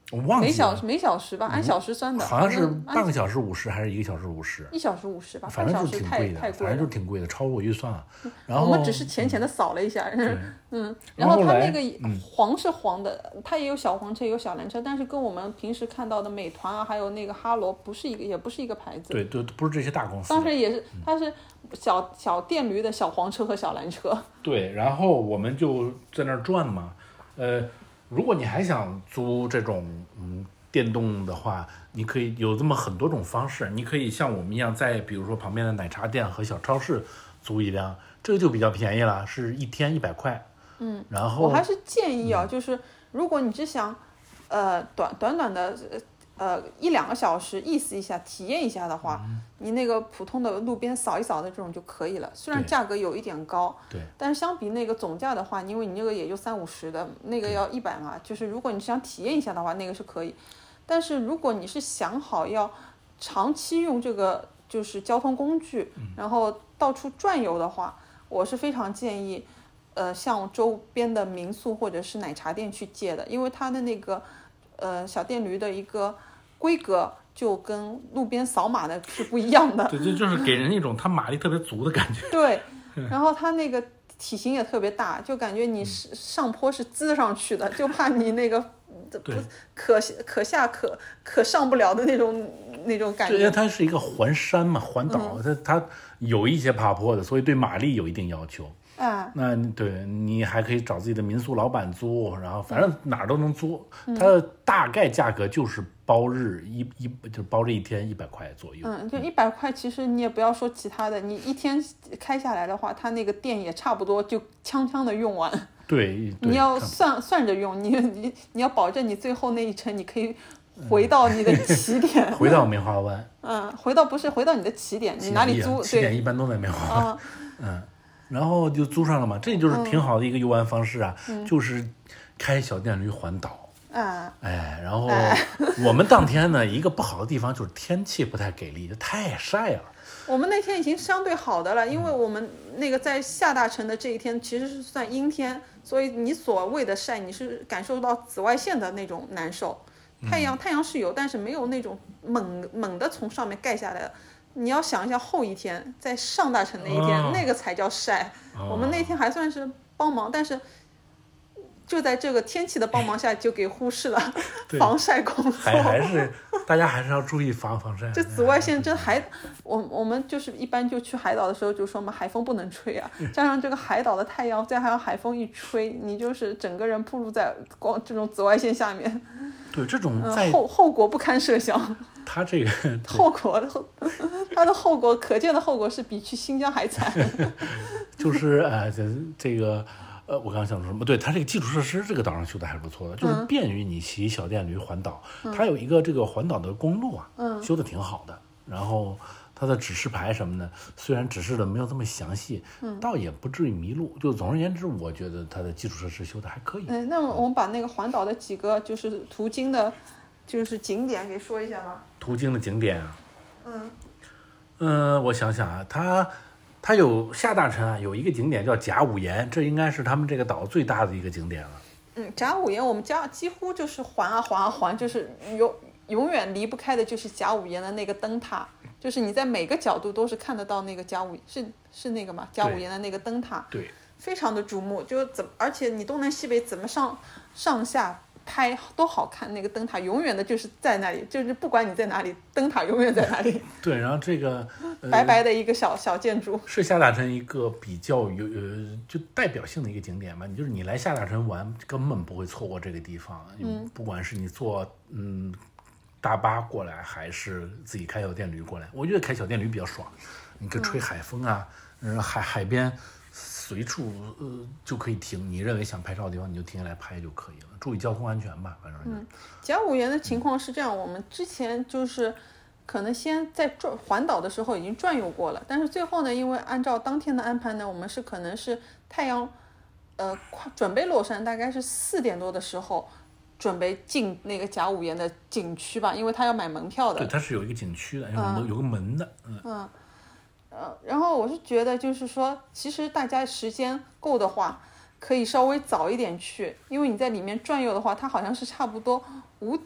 我忘记了每小时每小时吧，按小时算的， 好像是嗯半个小时五十还是一个小时五十？ 一小时五十吧， 反正就是半小时太挺贵的， 太贵了反正就是。挺贵的，超过我预算了。然后我们只是浅浅的扫了一下，嗯，然然后来后它那个黄是黄的，它也有小黄车，也有小蓝车，但是跟我们平时看到的美团啊，还有那个哈罗不是一个，也不是一个牌子。 对对，不是这些大公司。 当时也是，它是小小电驴的小黄车和小蓝车。 对，然后我们就在那儿转嘛。呃，如果你还想租这种嗯电动的话，你可以有这么很多种方式。你可以像我们一样，在比如说旁边的奶茶店和小超市租一辆，这个就比较便宜了，是一天一百块。嗯，然后我还是建议啊，就是如果你只想，呃，短短短的呃一两个小时意思一下，体验一下的话， 嗯你那个普通的路边扫一扫的这种就可以了。虽然对价格有一点高， 对， 但是相比那个总价的话，因为你那个也就三五十的，那个要一百嘛，就是如果你想体验一下的话，那个是可以。但是如果你是想好要长期用这个就是交通工具， 嗯然后到处转悠的话，我是非常建议，呃，向周边的民宿或者是奶茶店去借的，因为它的那个呃小电驴的一个规格就跟路边扫码的是不一样的。 对，这就是给人一种它马力特别足的感觉。 对，然后它那个体型也特别大，就感觉你是上坡是滋上去的，就怕你那个不可可下可可上不了的那种那种感觉。 对，因为它是一个环山嘛，环岛，它、嗯、它有一些爬坡的，所以对马力有一定要求。 啊， 那对你还可以找自己的民宿老板租，然后反正哪儿都能租。 嗯、 它的大概价格就是包日一一就包这一天一百块左右。 嗯，就一百块，其实你也不要说其他的，你一天开下来的话，它那个电也差不多就锵锵的用完。 对， 你要算算着用，你你你要保证你最后那一程你可以回到你的起点， 嗯、回到棉花湾。 嗯，回到不是回到你的起点，你哪里租？ 起点一般都在棉花湾。 啊、 嗯。然后就租上了嘛，这就是挺好的一个游玩方式啊， 嗯、 就是开小电驴环岛。 啊， 哎，然后我们当天呢，一个不好的地方就是天气不太给力，太晒了。 我们那天已经相对好的了，因为我们那个在下大城的这一天其实是算阴天，所以你所谓的晒，你是感受到紫外线的那种难受。太阳太阳是有，但是没有那种猛猛的从上面盖下来的。你要想一下后一天，在上大城那一天， 哦、 那个才叫晒。 哦、 我们那天还算是帮忙，但是就在这个天气的帮忙下，就给忽视了防晒工作。 还还是大家还是要注意防防晒。 这紫外线真海，我我们就是一般就去海岛的时候就说嘛，海风不能吹啊，加上这个海岛的太阳，再还有海风一吹，你就是整个人暴露在光这种紫外线下面。 对，这种在、 嗯、后后果不堪设想。 他这个后果，他的后果可见的后果是比去新疆还惨。 就是呃，这这个呃，我刚刚想说什么？对，它这个基础设施这个岛上修的还是不错的，就是便于你骑小电驴环岛。嗯、它有一个这个环岛的公路啊，嗯、修的挺好的。然后它的指示牌什么的，虽然指示的没有这么详细，嗯、倒也不至于迷路。就总而言之，我觉得它的基础设施修的还可以。 嗯，那我们把那个环岛的几个就是途经的。就是景点给说一下吧。 途经的景点啊， 嗯， 嗯、呃，我想想啊，它它有下大城啊，有一个景点叫甲午岩，这应该是他们这个岛最大的一个景点了。 嗯，甲午岩我们家几乎就是环啊环啊环，就是永永远离不开的就是甲午岩的那个灯塔，就是你在每个角度都是看得到那个甲午是是那个嘛甲午岩的那个灯塔， 对， 非常的瞩目，就怎么而且你东南西北怎么上上下。拍都好看，那个灯塔永远的就是在那里，就是不管你在哪里，灯塔永远在那里。 对，然后这个、 呃、白白的一个小小建筑， 是下大城一个比较有呃就代表性的一个景点嘛。你就是你来下大城玩，根本不会错过这个地方。嗯，不管是你坐嗯大巴过来，还是自己开小电驴过来，我觉得开小电驴比较爽，你可以吹海风啊，嗯，海海边。随处呃就可以停，你认为想拍照的地方你就停下来拍就可以了，注意交通安全吧，反正、就是。 嗯，甲午岩的情况是这样，我们之前就是可能先在转环岛的时候已经转悠过了，但是最后呢，因为按照当天的安排呢，我们是可能是太阳呃快准备落山，大概是四点多的时候准备进那个甲午岩的景区吧，因为他要买门票的。 对，它是有一个景区的，有、嗯、有个门的，嗯。 嗯呃，然后我是觉得，就是说，其实大家时间够的话，可以稍微早一点去，因为你在里面转悠的话，它好像是差不多五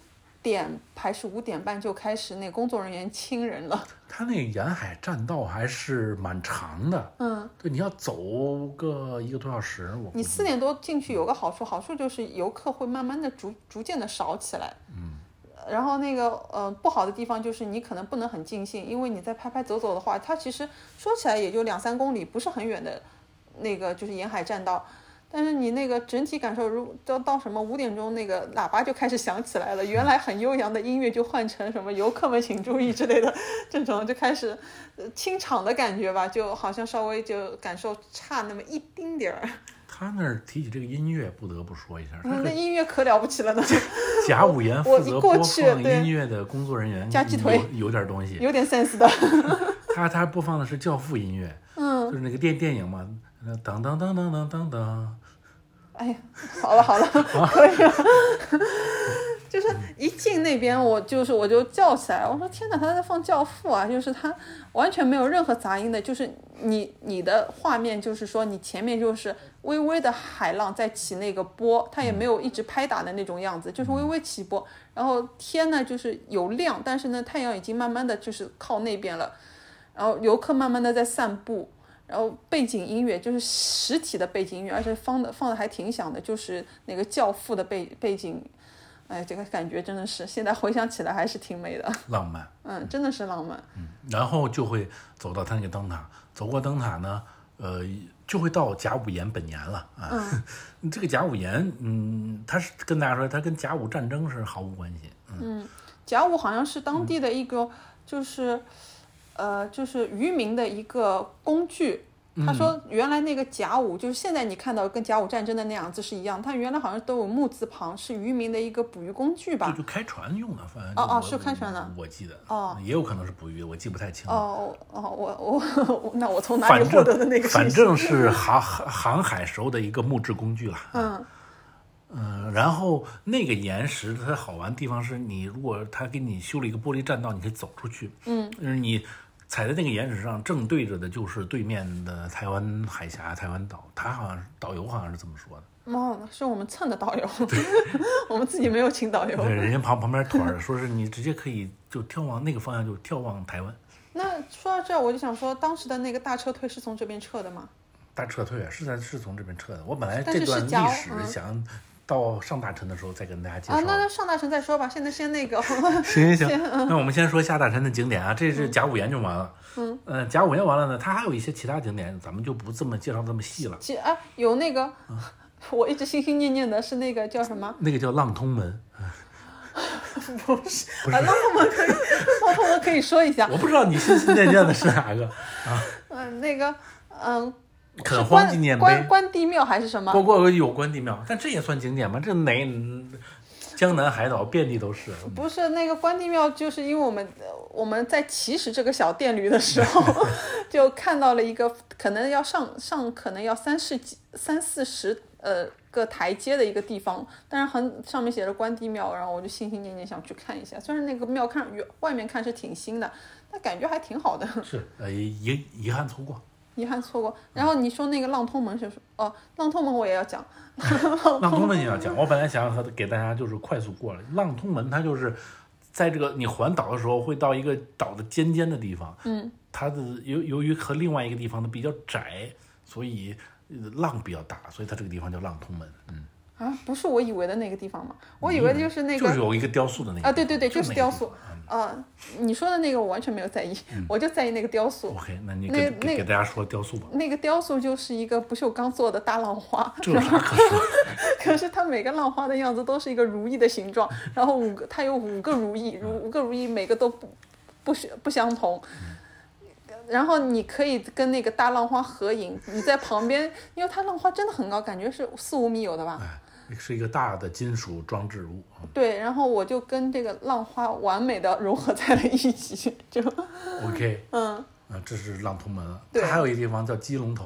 点还是五点半就开始那工作人员清人了。 它那个沿海栈道还是蛮长的， 嗯， 对，你要走个一个多小时。我你四点多进去有个好处，好处就是游客会慢慢的逐逐渐的少起来。 嗯， 然后那个呃不好的地方就是你可能不能很尽兴，因为你在拍拍走走的话，它其实说起来也就两三公里，不是很远的那个就是沿海栈道。但是你那个整体感受，如到到什么五点钟，那个喇叭就开始响起来了，原来很悠扬的音乐就换成什么游客们请注意之类的，这种就开始呃清场的感觉吧，就好像稍微就感受差那么一丁点儿。 他那儿提起这个音乐，不得不说一下， 嗯，那音乐可了不起了呢。 甲午岩负我一责播过去放对音乐的工作人员加鸡腿有有点东西， 有点 sense 的。 他他播放的是《教父》音乐， 嗯， 就是那个电电影嘛，当当当当当当当。 哎呀，好了好了，可以了。就是一进那边，我就是我就叫起来，我说天哪，他在放《教父》啊！就是他完全没有任何杂音的，就是你你的画面，就是说你前面就是微微的海浪在起那个波，它也没有一直拍打的那种样子，就是微微起波。然后天呢就是有亮，但是呢太阳已经慢慢的就是靠那边了，然后游客慢慢的在散步。然后背景音乐就是实体的背景音乐，而且放的放的还挺响的，就是那个教父的背背景，哎，这个感觉真的是现在回想起来还是挺美的， 浪漫， 嗯，真的是浪漫。 嗯，然后就会走到他那个灯塔，走过灯塔呢，呃，就会到甲午岩本岩了啊。嗯、这个甲午岩，嗯，它是跟大家说，它跟甲午战争是毫无关系。嗯， 嗯甲午好像是当地的一个，就是。呃，就是渔民的一个工具。他说原来那个甲午，就是现在你看到跟甲午战争的那样子是一样，它原来好像都有木字旁，是渔民的一个捕鱼工具吧？ 就就开船用的，反正哦哦，是开船的， 我记得。 哦， 也有可能是捕鱼的，我记不太清了。 哦哦，我我那我从哪里获得的那个？ 反正是航航海时候的一个木质工具了。嗯。嗯，然后那个岩石它好玩的地方是你如果他给你修了一个玻璃栈道，你可以走出去。嗯，就是你踩在那个岩石上，正对着的就是对面的台湾海峡、台湾岛。他好像是导游，好像是这么说的。 哦，是我们蹭的导游，我们自己没有请导游。 对，人家旁旁边团说是你直接可以就眺望那个方向，就眺望台湾。 那说到这儿，我就想说，当时的那个大撤退是从这边撤的吗？ 大撤退啊，是在是从这边撤的。我本来这段历史想。到上大陈的时候再跟大家介绍啊， 那那上大陈再说吧。现在先那个， 行行行，那我们先说下大陈的景点啊，这是甲午岩就完了。嗯，呃，甲午岩完了呢，它还有一些其他景点，咱们就不这么介绍这么细了。 其啊，有那个，嗯、我一直心心念念的是那个叫什么？ 那个叫浪通门。 不是，不是啊，浪通门可以，浪通门可以说一下。 我不知道你心心念念的是哪个啊？ 嗯，那个，嗯。 垦荒纪念碑， 关关帝庙还是什么？ 过过有关帝庙，但这也算景点吗？这哪江南海岛遍地都是。 不是那个关帝庙，就是因为我们我们在起始这个小电驴的时候，就看到了一个可能要上上可能要三十几三四十呃个台阶的一个地方，但是很上面写着关帝庙，然后我就心心念念想去看一下。虽然那个庙看外面看是挺新的，但感觉还挺好的。 是呃遗遗憾错过。 遗憾错过。然后你说那个浪通门是说哦，浪通门我也要讲。 浪通门也要讲。我本来想和给大家就是快速过了。浪通门它就是在这个你环岛的时候会到一个岛的尖尖的地方，嗯，它的由由于和另外一个地方的比较窄，所以浪比较大，所以它这个地方叫浪通门。嗯。 啊，不是我以为的那个地方吗？我以为就是那个， 就是有一个雕塑的那个啊，对对对，就是雕塑。啊、呃，你说的那个我完全没有在意，嗯、我就在意那个雕塑。 OK， 那你给那给大家说雕塑吧。 那个雕塑就是一个不锈钢做的大浪花， 这有啥可说？ 可是它每个浪花的样子都是一个如意的形状，然后五个它有五个如意，如五个如意每个都不不不相同。嗯，然后你可以跟那个大浪花合影，你在旁边，因为它浪花真的很高，感觉是四五米有的吧。 哎，是一个大的金属装置物。 对，然后我就跟这个浪花完美的融合在了一起，就 OK， 嗯， 啊，这是浪通门了。它还有一个地方叫鸡笼头。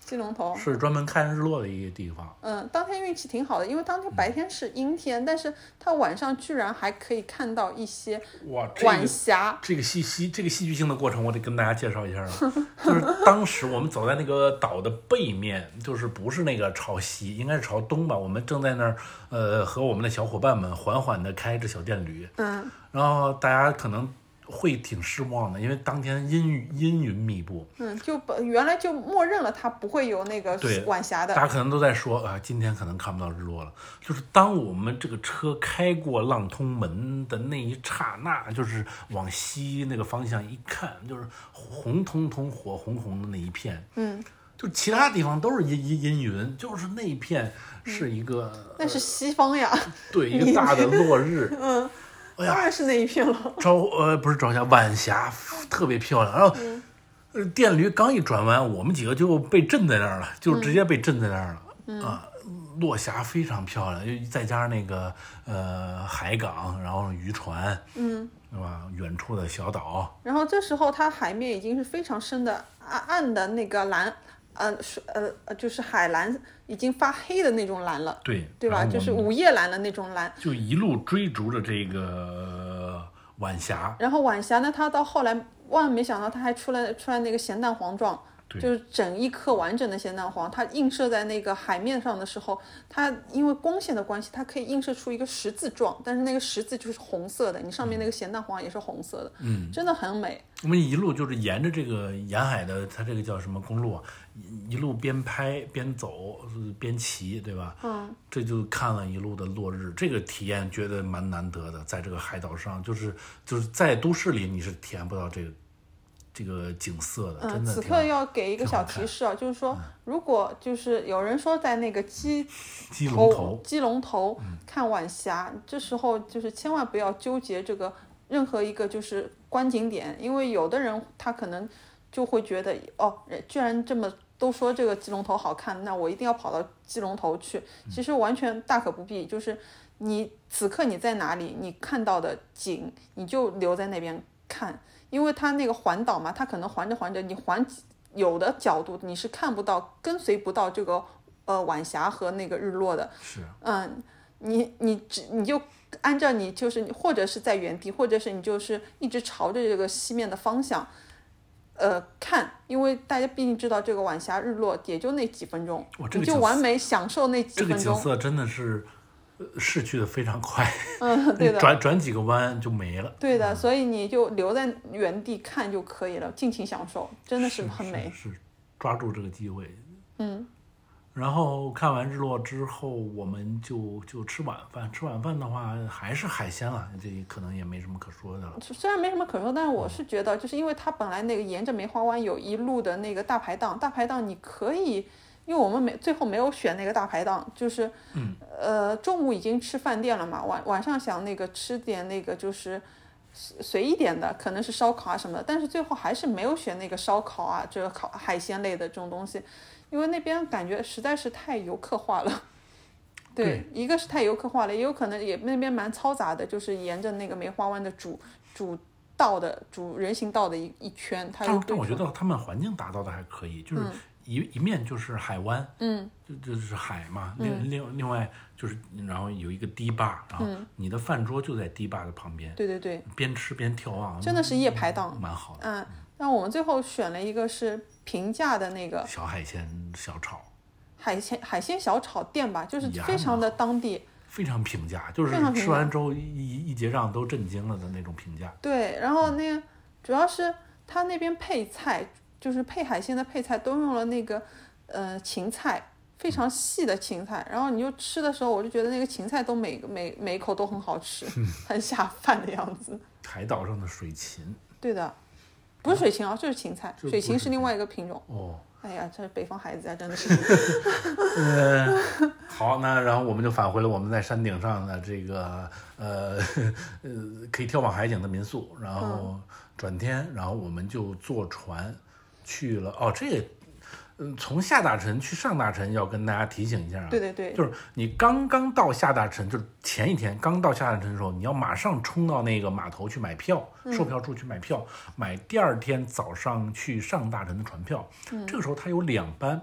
基隆头是专门看日落的一个地方。 嗯，当天运气挺好的，因为当天白天是阴天，嗯、但是它晚上居然还可以看到一些晚霞。 这个戏戏这个戏剧性的过程，我得跟大家介绍一下了。就是当时我们走在那个岛的背面，就是不是那个朝西，应该是朝东吧。我们正在那儿，呃，和我们的小伙伴们缓缓地开着小电驴。 嗯， 然后大家可能会挺失望的，因为当天阴雨阴云密布。 嗯，就原来就默认了它不会有那个晚霞的。 大家可能都在说啊，今天可能看不到日落了。就是当我们这个车开过浪通门的那一刹那，就是往西那个方向一看，就是红彤彤、火红红的那一片。 嗯， 就其他地方都是阴阴阴云，就是那一片是一个。 嗯、那是西方呀。 对，一个大的落日。 嗯。 哎呀， 当然是那一片了。 朝呃不是朝霞，晚霞特别漂亮。然后，呃，电驴刚一转弯，我们几个就被震在那儿了，就直接被震在那儿了。嗯、啊，落霞非常漂亮，又再加上那个呃海港，然后渔船， 嗯， 对吧？远处的小岛。 然后这时候它海面已经是非常深的暗暗的那个蓝。呃，呃呃，就是海蓝已经发黑的那种蓝了， 对对吧？就是午夜蓝的那种蓝， 就一路追逐着这个晚霞。 然后晚霞呢，它到后来万万没想到，它还出来出来那个咸蛋黄状，就是整一颗完整的咸蛋黄，它映射在那个海面上的时候，它因为光线的关系，它可以映射出一个十字状，但是那个十字就是红色的，你上面那个咸蛋黄也是红色的， 嗯， 真的很美。 我们一路就是沿着这个沿海的，它这个叫什么公路啊？一路边拍边走边骑，对吧？ 嗯， 这就看了一路的落日，这个体验觉得蛮难得的。在这个海岛上，就是就是在都市里你是体验不到这个这个景色的。真的。 嗯，此刻要给一个小提示啊，就是说，嗯、如果就是有人说在那个基基隆头基隆头看晚霞，嗯、这时候就是千万不要纠结这个任何一个就是观景点，因为有的人他可能就会觉得哦，居然这么。都说这个基隆头好看，那我一定要跑到基隆头去。其实完全大可不必，就是你此刻你在哪里，你看到的景你就留在那边看，因为它那个环岛嘛，它可能环着环着，你环有的角度你是看不到、跟随不到这个呃晚霞和那个日落的。 是， 嗯，你你只你就按照你就是或者是在原地，或者是你就是一直朝着这个西面的方向。呃，看，因为大家毕竟知道这个晚霞日落也就那几分钟， 这个、 你就完美享受那几分钟。 这个景色真的是，呃，逝去的非常快， 嗯，对的， 转转几个弯就没了。 对的， 嗯、 所以你就留在原地看就可以了，尽情享受，真的是很美。 是, 是, 是抓住这个机会。 嗯。 然后看完日落之后，我们就就吃晚饭。吃晚饭的话，还是海鲜了，这可能也没什么可说的了。 虽然没什么可说，但是我是觉得，就是因为它本来那个沿着梅花湾有一路的那个大排档，大排档你可以，因为我们没最后没有选那个大排档，就是， 嗯， 呃，中午已经吃饭店了嘛，晚晚上想那个吃点那个就是随意点的，可能是烧烤啊什么的，但是最后还是没有选那个烧烤啊，这个烤海鲜类的这种东西。因为那边感觉实在是太游客化了，对， 对一个是太游客化了，也有可能也那边蛮嘈杂的，就是沿着那个梅花湾的主主道的主人行道的一一圈，它但但我觉得他们环境打造的还可以，就是一、嗯、一面就是海湾， 嗯， 就就是海嘛，另、嗯、另另外就是然后有一个堤坝，然后你的饭桌就在堤坝的旁边， 对对对， 边吃边眺望， 真的是夜排档， 蛮好的， 嗯。那我们最后选了一个是平价的那个小海鲜小炒， 海鲜海鲜小炒店吧，就是非常的当地， 非常平价，就是吃完之后一一结账都震惊了的那种评价。 对，然后那个主要是他那边配菜，就是配海鲜的配菜都用了那个呃芹菜，非常细的芹菜，然后你就吃的时候，我就觉得那个芹菜都每每每一口都很好吃，很下饭的样子。 海岛上的水芹， 对的。不是水芹啊，就是芹菜，水芹是另外一个品种。 哦， 哎呀，这是北方孩子啊，真的是。 呃，好，那然后我们就返回了我们在山顶上的这个呃呃可以眺望海景的民宿，然后转天，然后我们就坐船去了。哦，这个。嗯，从下大陈去上大陈要跟大家提醒一下啊， 对对对， 就是你刚刚到下大陈，就是前一天刚到下大陈的时候，你要马上冲到那个码头去买票，售票处去买票，嗯、买第二天早上去上大陈的船票。嗯、这个时候它有两班，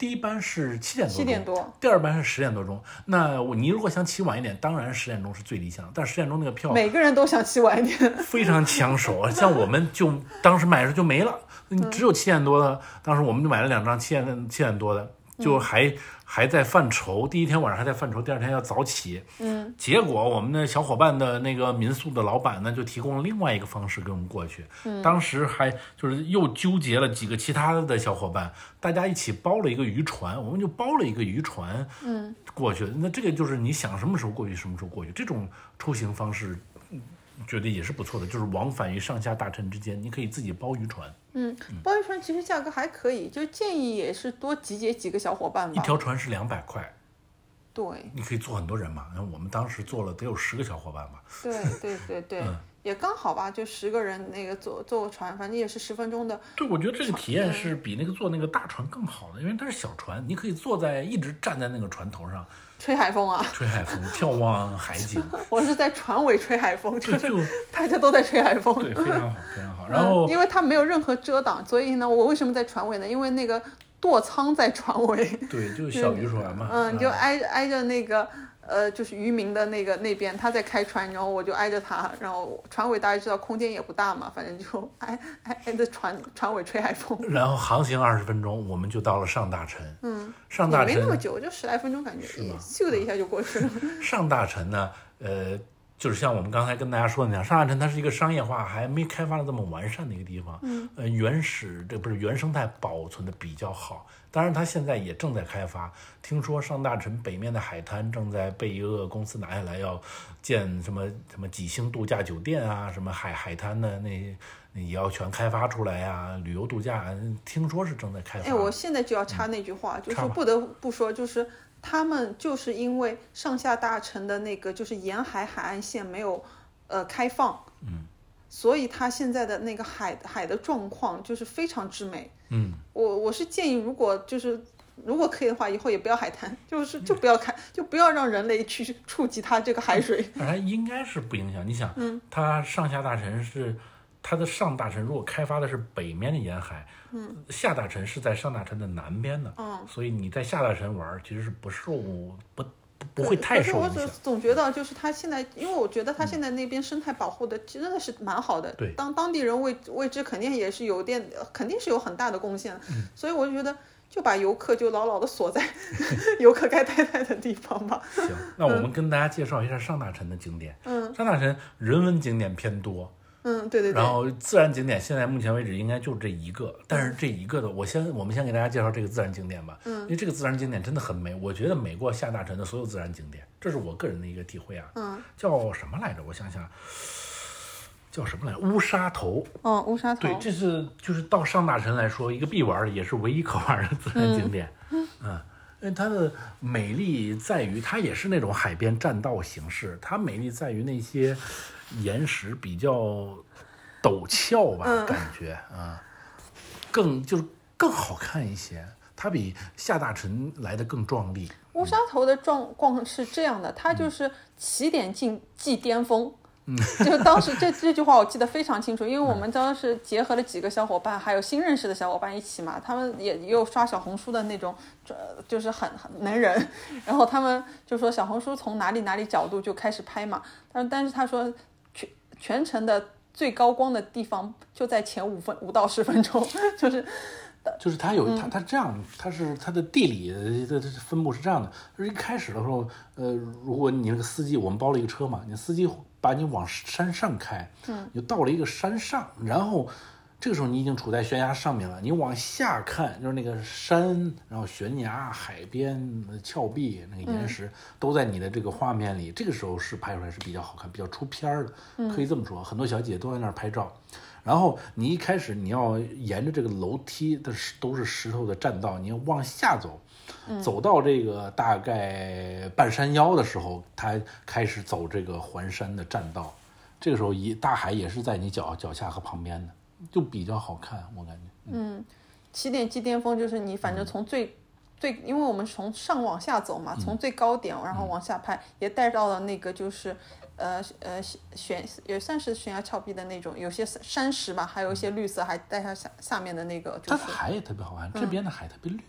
第一班是七点多钟， 七点多， 第二班是十点多钟。那我你如果想起晚一点，当然十点钟是最理想，但十点钟那个票每个人都想起晚一点， 非常抢手。像我们就当时买的时候就没了，只有七点多的，当时我们就买了两张七点七点多的，就还、嗯、还在犯愁，第一天晚上还在犯愁，第二天要早起。 嗯， 结果我们的小伙伴的那个民宿的老板呢，就提供了另外一个方式给我们过去。嗯，当时还就是又纠结了几个其他的小伙伴，大家一起包了一个渔船，我们就包了一个渔船，嗯，过去。那这个就是你想什么时候过去什么时候过去，这种出行方式。觉得也是不错的，就是往返于上下大城之间，你可以自己包渔船。 嗯，包渔船其实价格还可以，就建议也是多集结几个小伙伴吧。 一条船是两百块， 对， 你可以坐很多人嘛。然后我们当时坐了得有十个小伙伴吧。 对对对对， 嗯、 也刚好吧，就十个人那个坐坐船，反正也是十分钟的。 对，我觉得这个体验是比那个坐那个大船更好的，因为它是小船，你可以坐在一直站在那个船头上。 吹海风啊！ 吹海风，眺望海景。 我是在船尾吹海风，就就大家都在吹海风。 对，非常好，非常好。然后、 嗯，因为它没有任何遮挡，所以呢，我为什么在船尾呢？因为那个舵舱在船尾。 对，就是小渔船嘛。 嗯，就挨挨着那个呃，就是渔民的那个那边，他在开船，然后我就挨着他，然后船尾大家知道空间也不大嘛，反正就挨挨挨着船船尾吹海风。 然后航行二十分钟，我们就到了上大陈。 嗯， 上大陈也没那么久，就十来分钟，感觉咻的一下就过去了。 上大陈呢，呃。就是像我们刚才跟大家说的那样，上大陈它是一个商业化还没开发的这么完善的一个地方，嗯，呃，原始这不是原生态保存的比较好，当然它现在也正在开发。听说上大陈北面的海滩正在被一个公司拿下来，要建什么什么几星度假酒店啊，什么海海滩的那那也要全开发出来啊，旅游度假听说是正在开发。 哎，我现在就要插那句话，嗯、就是不得不说，就是。他们就是因为上下大陈的那个就是沿海海岸线没有呃开放， 嗯， 所以它现在的那个海海的状况就是非常之美。 嗯， 我我是建议，如果就是如果可以的话，以后也不要海滩，就是就不要开，就不要让人类去触及它这个海水。 它应该是不影响。你想，嗯，它上下大陈是它的上大陈，如果开发的是北面的沿海。嗯，下大陈是在上大陈的南边的，嗯，所以你在下大陈玩其实是不受不不不会太受影响。 可是我总觉得就是他现在，因为我觉得他现在那边生态保护的真的是蛮好的， 对， 当当地人为为之肯定也是有点，肯定是有很大的贡献，嗯，所以我就觉得就把游客就牢牢的锁在游客该待待的地方吧。 行，那我们跟大家介绍一下上大陈的景点。嗯，上大陈人文景点偏多。 嗯，对对对。 然后自然景点现在目前为止应该就这一个，但是这一个的，我先我们先给大家介绍这个自然景点吧。嗯，因为这个自然景点真的很美，我觉得美过下大陈的所有自然景点，这是我个人的一个体会啊。 嗯， 叫什么来着？我想想，叫什么来着？乌沙头。 哦，乌沙头。 对，这是就是到上大陈来说一个必玩的，也是唯一可玩的自然景点。嗯。嗯因为它的美丽在于，它也是那种海边栈道形式，它美丽在于那些岩石比较陡峭吧， 嗯、 感觉啊，更就是更好看一些，它比下大陈来的更壮丽。 乌沙头的状况是这样的，它就是起点进即巅峰。嗯，就当时这这句话我记得非常清楚，因为我们当时结合了几个小伙伴，还有新认识的小伙伴一起嘛，他们也也有刷小红书的那种，就是很很能人，然后他们就说小红书从哪里哪里角度就开始拍嘛，但但是他说全全程的最高光的地方就在前五分五到十分钟，就是。 就是它有它它这样，它是它的地理的分布是这样的。就是一开始的时候，呃，如果你那个司机，我们包了一个车嘛，你司机把你往山上开，嗯，你就到了一个山上，然后这个时候你已经处在悬崖上面了，你往下看就是那个山，然后悬崖、海边、峭壁、那个岩石、嗯、都在你的这个画面里。这个时候是拍出来是比较好看、比较出片的，可以这么说。很多小姐姐都在那儿拍照。然后你一开始你要沿着这个楼梯的都是石头的栈道，你要往下走，走到这个大概半山腰的时候，它开始走这个环山的栈道。这个时候一大海也是在你脚脚下和旁边的，就比较好看，我感觉。 嗯，嗯起点即巅峰就是你反正从最、嗯、最，因为我们从上往下走嘛，从最高点然后往下拍，嗯、也带到了那个就是。呃呃悬也算是悬崖峭壁的那种，有些山石吧，还有一些绿色，还带上下下面的那个、就是。 它的海也特别好看，这边的海特别绿。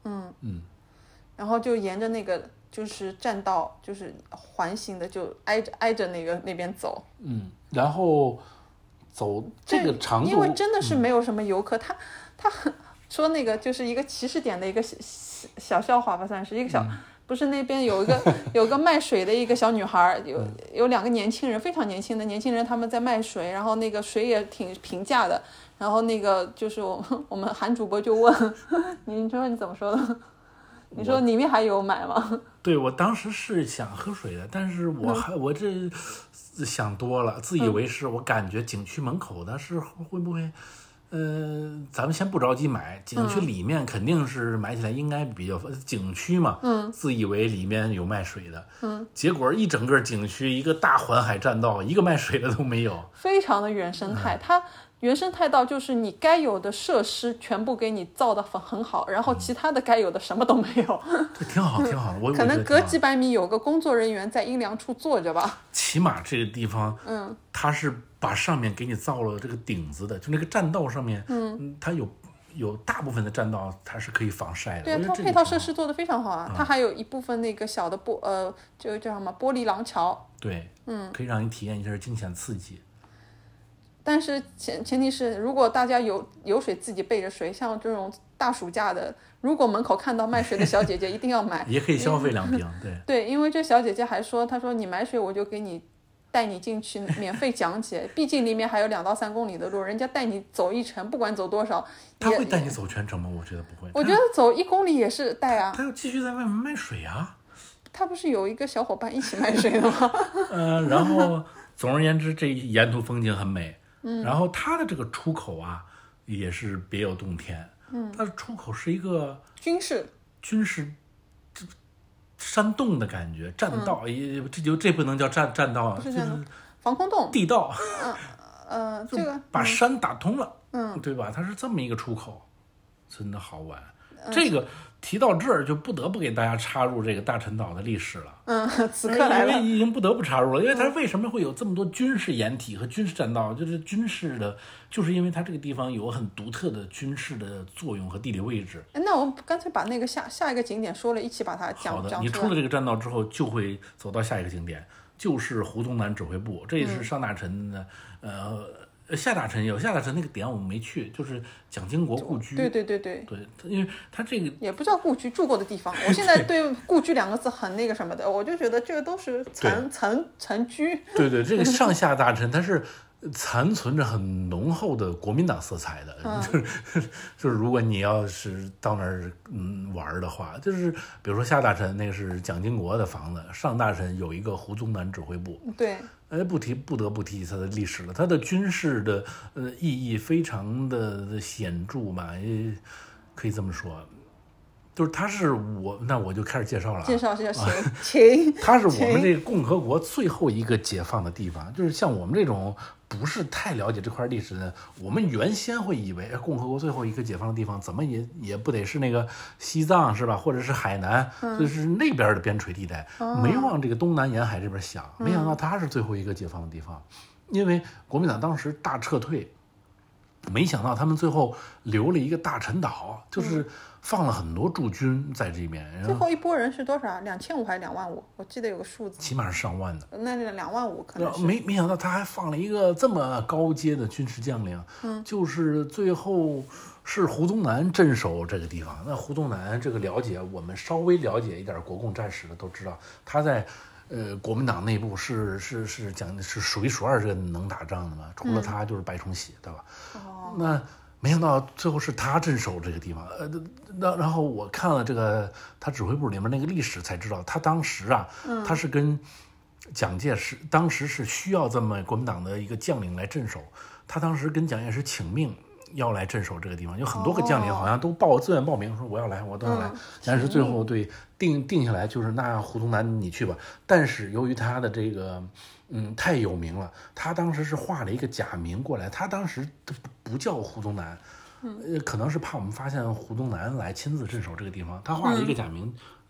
嗯嗯， 然后就沿着那个就是栈道，就是环形的，就挨着挨着那个那边走。 嗯，然后走这个长度， 因为真的是没有什么游客，他他很说那个就是一个起始点的一个小小笑话吧，算是一个小。 嗯不是那边有一个有个卖水的一个小女孩，有有两个年轻人，非常年轻的年轻人，他们在卖水，然后那个水也挺平价的，然后那个就是我们我们韩主播就问，你说你怎么说的？你说里面还有买吗？ 对，我当时是想喝水的，但是我还、嗯、我这想多了，自以为是，我感觉景区门口的是会不会？呃，咱们先不着急买，景区里面肯定是买起来应该比较、嗯、景区嘛， 嗯， 自以为里面有卖水的， 嗯， 结果一整个景区一个大环海栈道，一个卖水的都没有， 非常的原生态，嗯、它原生态道就是你该有的设施全部给你造的很好，然后其他的该有的什么都没有， 这挺好挺好的，我可能隔几百米有个工作人员在阴凉处坐着吧， 起码这个地方， 嗯， 它是把上面给你造了这个顶子的，就那个栈道上面，嗯，它有有大部分的栈道它是可以防晒的。 对啊，它配套设施做得非常好啊，嗯、它还有一部分那个小的玻呃，就叫什么玻璃廊桥。 对， 嗯， 可以让你体验一下惊险刺激。 但是前前提是，如果大家有有水自己备着水，像这种大暑假的，如果门口看到卖水的小姐姐，一定要买， 也可以消费两瓶。对对，因为这小姐姐还说，她说你买水我就给你。带你进去免费讲解，毕竟里面还有两到三公里的路，人家带你走一程，不管走多少， 他会带你走全程吗？我觉得不会。 我觉得走一公里也是带啊。 他要继续在外面卖水啊。 他不是有一个小伙伴一起卖水的吗？ 呃，然后总而言之，这沿途风景很美。嗯。然后它的这个出口啊，也是别有洞天。嗯。它的出口是一个军事。 军事。山洞的感觉，栈道也、嗯、这就这不能叫栈栈道， 不是栈道，就是防空洞， 地道， 嗯呃，这个把山打通了， 嗯， 对吧？它是这么一个出口，真的好玩。嗯、这个提到这儿，就不得不给大家插入这个大陈岛的历史了。 嗯，此刻来了， 因为已经不得不插入了，因为它为什么会有这么多军事掩体和军事栈道？就是军事的，就是因为它这个地方有很独特的军事的作用和地理位置。 那我们干脆把那个下下一个景点说了，一起把它讲。 好的， 讲你出了这个栈道之后，就会走到下一个景点，就是胡宗南指挥部，这也是上大臣的、嗯、呃。下大臣有下大臣那个点我们没去，就是蒋经国故居。 对对对对对，因为他这个也不叫故居，住过的地方。我现在对故居两个字很那个什么的，我就觉得这个都是残残残居。 对对，这个上下大臣他是残存着很浓厚的国民党色彩的， 嗯、 就是就是如果你要是到那儿嗯玩的话，就是比如说下大臣那个是蒋经国的房子，上大臣有一个胡宗南指挥部。 对。 哎，不提不得不提它的历史了，它的军事的呃意义非常的显著嘛，也可以这么说，就是它是我那我就开始介绍了、啊， 介绍介绍，请， 它是我们这个共和国最后一个解放的地方，就是像我们这种不是太了解这块历史的，我们原先会以为共和国最后一个解放的地方怎么也也不得是那个西藏是吧，或者是海南， 嗯、 就是那边的边陲地带， 哦、 没往这个东南沿海这边想，没想到它是最后一个解放的地方，嗯、因为国民党当时大撤退，没想到他们最后留了一个大陈岛，就是放了很多驻军在这边。 最后一波人是多少？两千五还是两万五？我记得有个数字， 起码是上万的。 那那两万五可能是。 没没想到他还放了一个这么高阶的军事将领， 嗯， 就是最后是胡宗南镇守这个地方。那胡宗南这个了解，我们稍微了解一点国共战史的都知道，他在。呃，国民党内部是是是讲是数一数二这个能打仗的嘛，除了他就是白崇禧，对吧？ 哦， 那没想到最后是他镇守这个地方。呃，那然后我看了这个他指挥部里面那个历史，才知道他当时啊， 嗯、 他是跟蒋介石当时是需要这么国民党的一个将领来镇守，他当时跟蒋介石请命。要来镇守这个地方，有很多个将领好像都报自愿报名，说我要来，我都要来。但是最后对定定下来就是那胡宗南你去吧。但是由于他的这个嗯太有名了，他当时是画了一个假名过来，他当时不叫胡宗南，呃，可能是怕我们发现胡宗南来亲自镇守这个地方，他画了一个假名。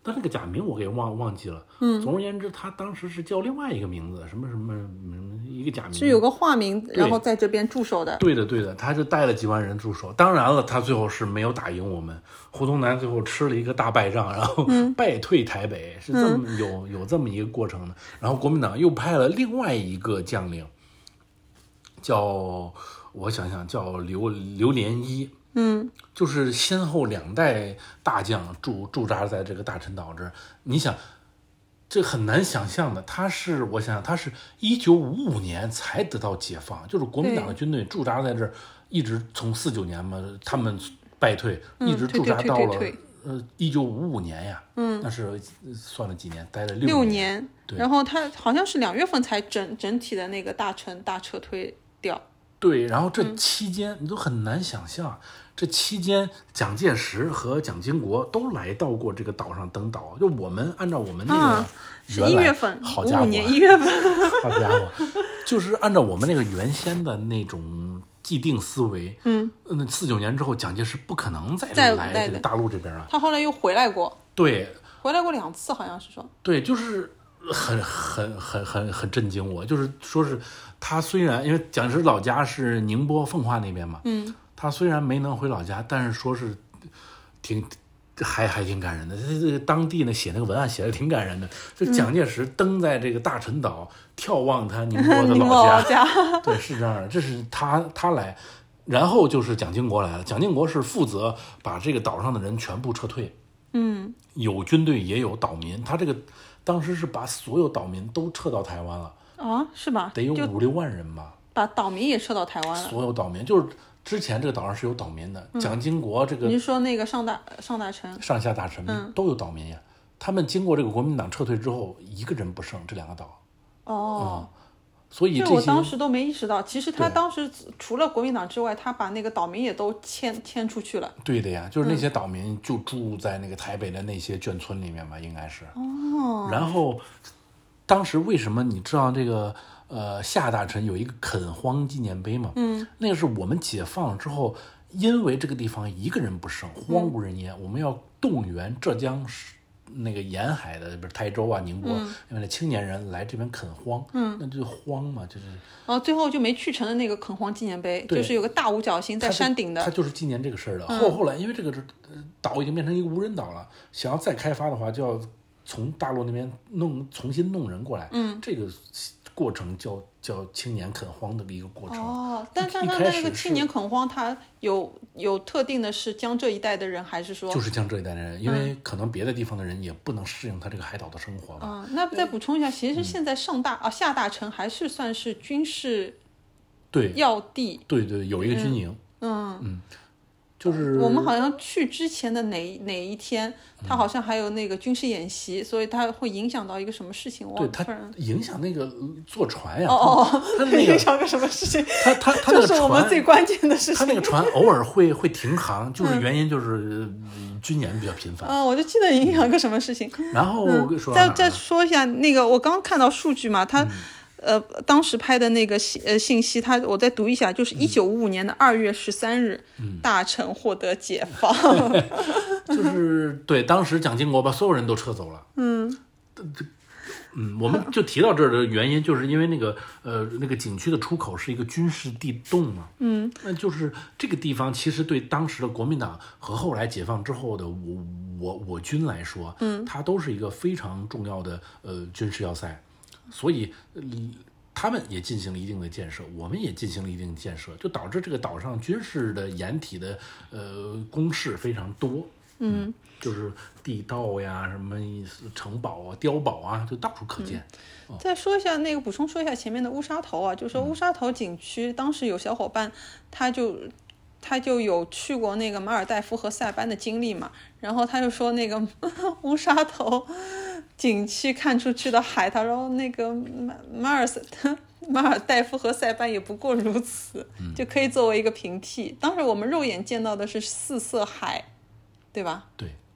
但那个假名我给忘忘记了。嗯，总而言之，他当时是叫另外一个名字，什么什么一个假名， 是有个化名，然后在这边驻守的。 对的，对的，他就带了几万人驻守。当然了，他最后是没有打赢我们，胡宗南最后吃了一个大败仗，然后败退台北，嗯、是这么有有这么一个过程的。然后国民党又派了另外一个将领，叫我想想叫刘刘连一。 嗯， 就是先后两代大将驻驻扎在这个大陈岛这儿，你想，这很难想象的。他是我想想，他是一九五五年才得到解放，就是国民党的军队驻扎在这儿，一直从四九年嘛，他们败退， 嗯、 一直驻扎到了退退退退呃一九五五年呀。 嗯， 那是算了几年，待了六六年。 对， 然后他好像是两月份才整整体的那个大陈大撤退掉。 对，然后这期间、嗯、你都很难想象。这期间，蒋介石和蒋经国都来到过这个岛上登岛。就我们按照我们那个原来， 一月份， 好家伙， 五五年一月份， 好家伙，就是按照我们那个原先的那种既定思维， 嗯， 那四九年之后，蒋介石不可能再来这个大陆这边啊。 他后来又回来过， 对， 回来过两次，好像是说， 对，就是很很很很很震惊我，就是说是他虽然因为蒋介石老家是宁波奉化那边嘛， 嗯。 他虽然没能回老家，但是说是挺还还挺感人的。这这当地呢写那个文案写的挺感人的。就蒋介石登在这个大陈岛，眺望他宁波的老家， 家对，是这样的。这是他他来，然后就是蒋经国来了。蒋经国是负责把这个岛上的人全部撤退， 嗯， 有军队也有岛民。他这个当时是把所有岛民都撤到台湾了啊，是吧？ 得有五六万人吧， 把岛民也撤到台湾了。 所有岛民就是。之前这个岛上是有岛民的，嗯、蒋经国这个， 你说那个上大上大臣、 上下大臣嗯、 都有岛民呀。他们经过这个国民党撤退之后，一个人不剩，这两个岛。 哦， 嗯、所以这我当时都没意识到，其实他当时除了国民党之外，他把那个岛民也都迁迁出去了。 对的呀，就是那些岛民就住在那个台北的那些眷村里面吧，应该是。 哦。 然后，当时为什么你知道这个？呃，夏大臣有一个垦荒纪念碑嘛， 嗯， 那个是我们解放之后，因为这个地方一个人不剩，荒无人烟，嗯、我们要动员浙江那个沿海的，不是台州啊、宁波， 嗯、 因为那青年人来这边垦荒， 嗯， 那就荒嘛，就是。 哦，最后就没去成的那个垦荒纪念碑，就是有个大五角星在山顶的， 它就是纪念这个事儿的。 嗯、 后后来因为这个岛已经变成一个无人岛了，想要再开发的话，就要从大陆那边弄重新弄人过来， 嗯， 这个。过程叫叫青年垦荒的一个过程哦，但但但那个青年垦荒，它有有特定的是江浙一带的人，还是说就是江浙一带的人？因为可能别的地方的人也不能适应他这个海岛的生活吧。 啊、嗯，那再补充一下，其实现在上大、嗯、啊下大陈还是算是军事对要地， 对对，有一个军营， 嗯嗯。就是我们好像去之前的哪哪一天，他好像还有那个军事演习，嗯、所以它会影响到一个什么事情？ 对，它影响那个坐船呀。 哦哦， 它那个影响个什么事情？ 它它它那个船， 这是我们最关键的事情。 它那个船偶尔会会停航，就是原因就是军演比较频繁。 啊、嗯，我就记得影响个什么事情。 然后嗯、 说再再说一下那个，我刚看到数据嘛，他。嗯呃，当时拍的那个信呃信息，他我再读一下，就是一九五五年的二月十三日， 嗯、 大陈获得解放。 就是对，当时蒋经国把所有人都撤走了。 嗯， 嗯，我们就提到这儿的原因，就是因为那个呃那个景区的出口是一个军事地洞嘛。 嗯， 那就是这个地方其实对当时的国民党和后来解放之后的我我我军来说， 嗯， 它都是一个非常重要的呃军事要塞。所以、呃，他们也进行了一定的建设，我们也进行了一定的建设，就导致这个岛上军事的掩体的呃工事非常多。 嗯， 嗯就是地道呀、什么城堡啊、碉堡啊，就到处可见。 嗯哦、再说一下那个，补充说一下前面的乌沙头啊，就说乌沙头景区，嗯、当时有小伙伴他就。他就有去过那个马尔代夫和塞班的经历嘛，然后他就说那个乌沙头景区看出去的海，他说那个马马尔马尔代夫和塞班也不过如此， 嗯、 就可以作为一个平替。当时我们肉眼见到的是四色海，对吧？ 对，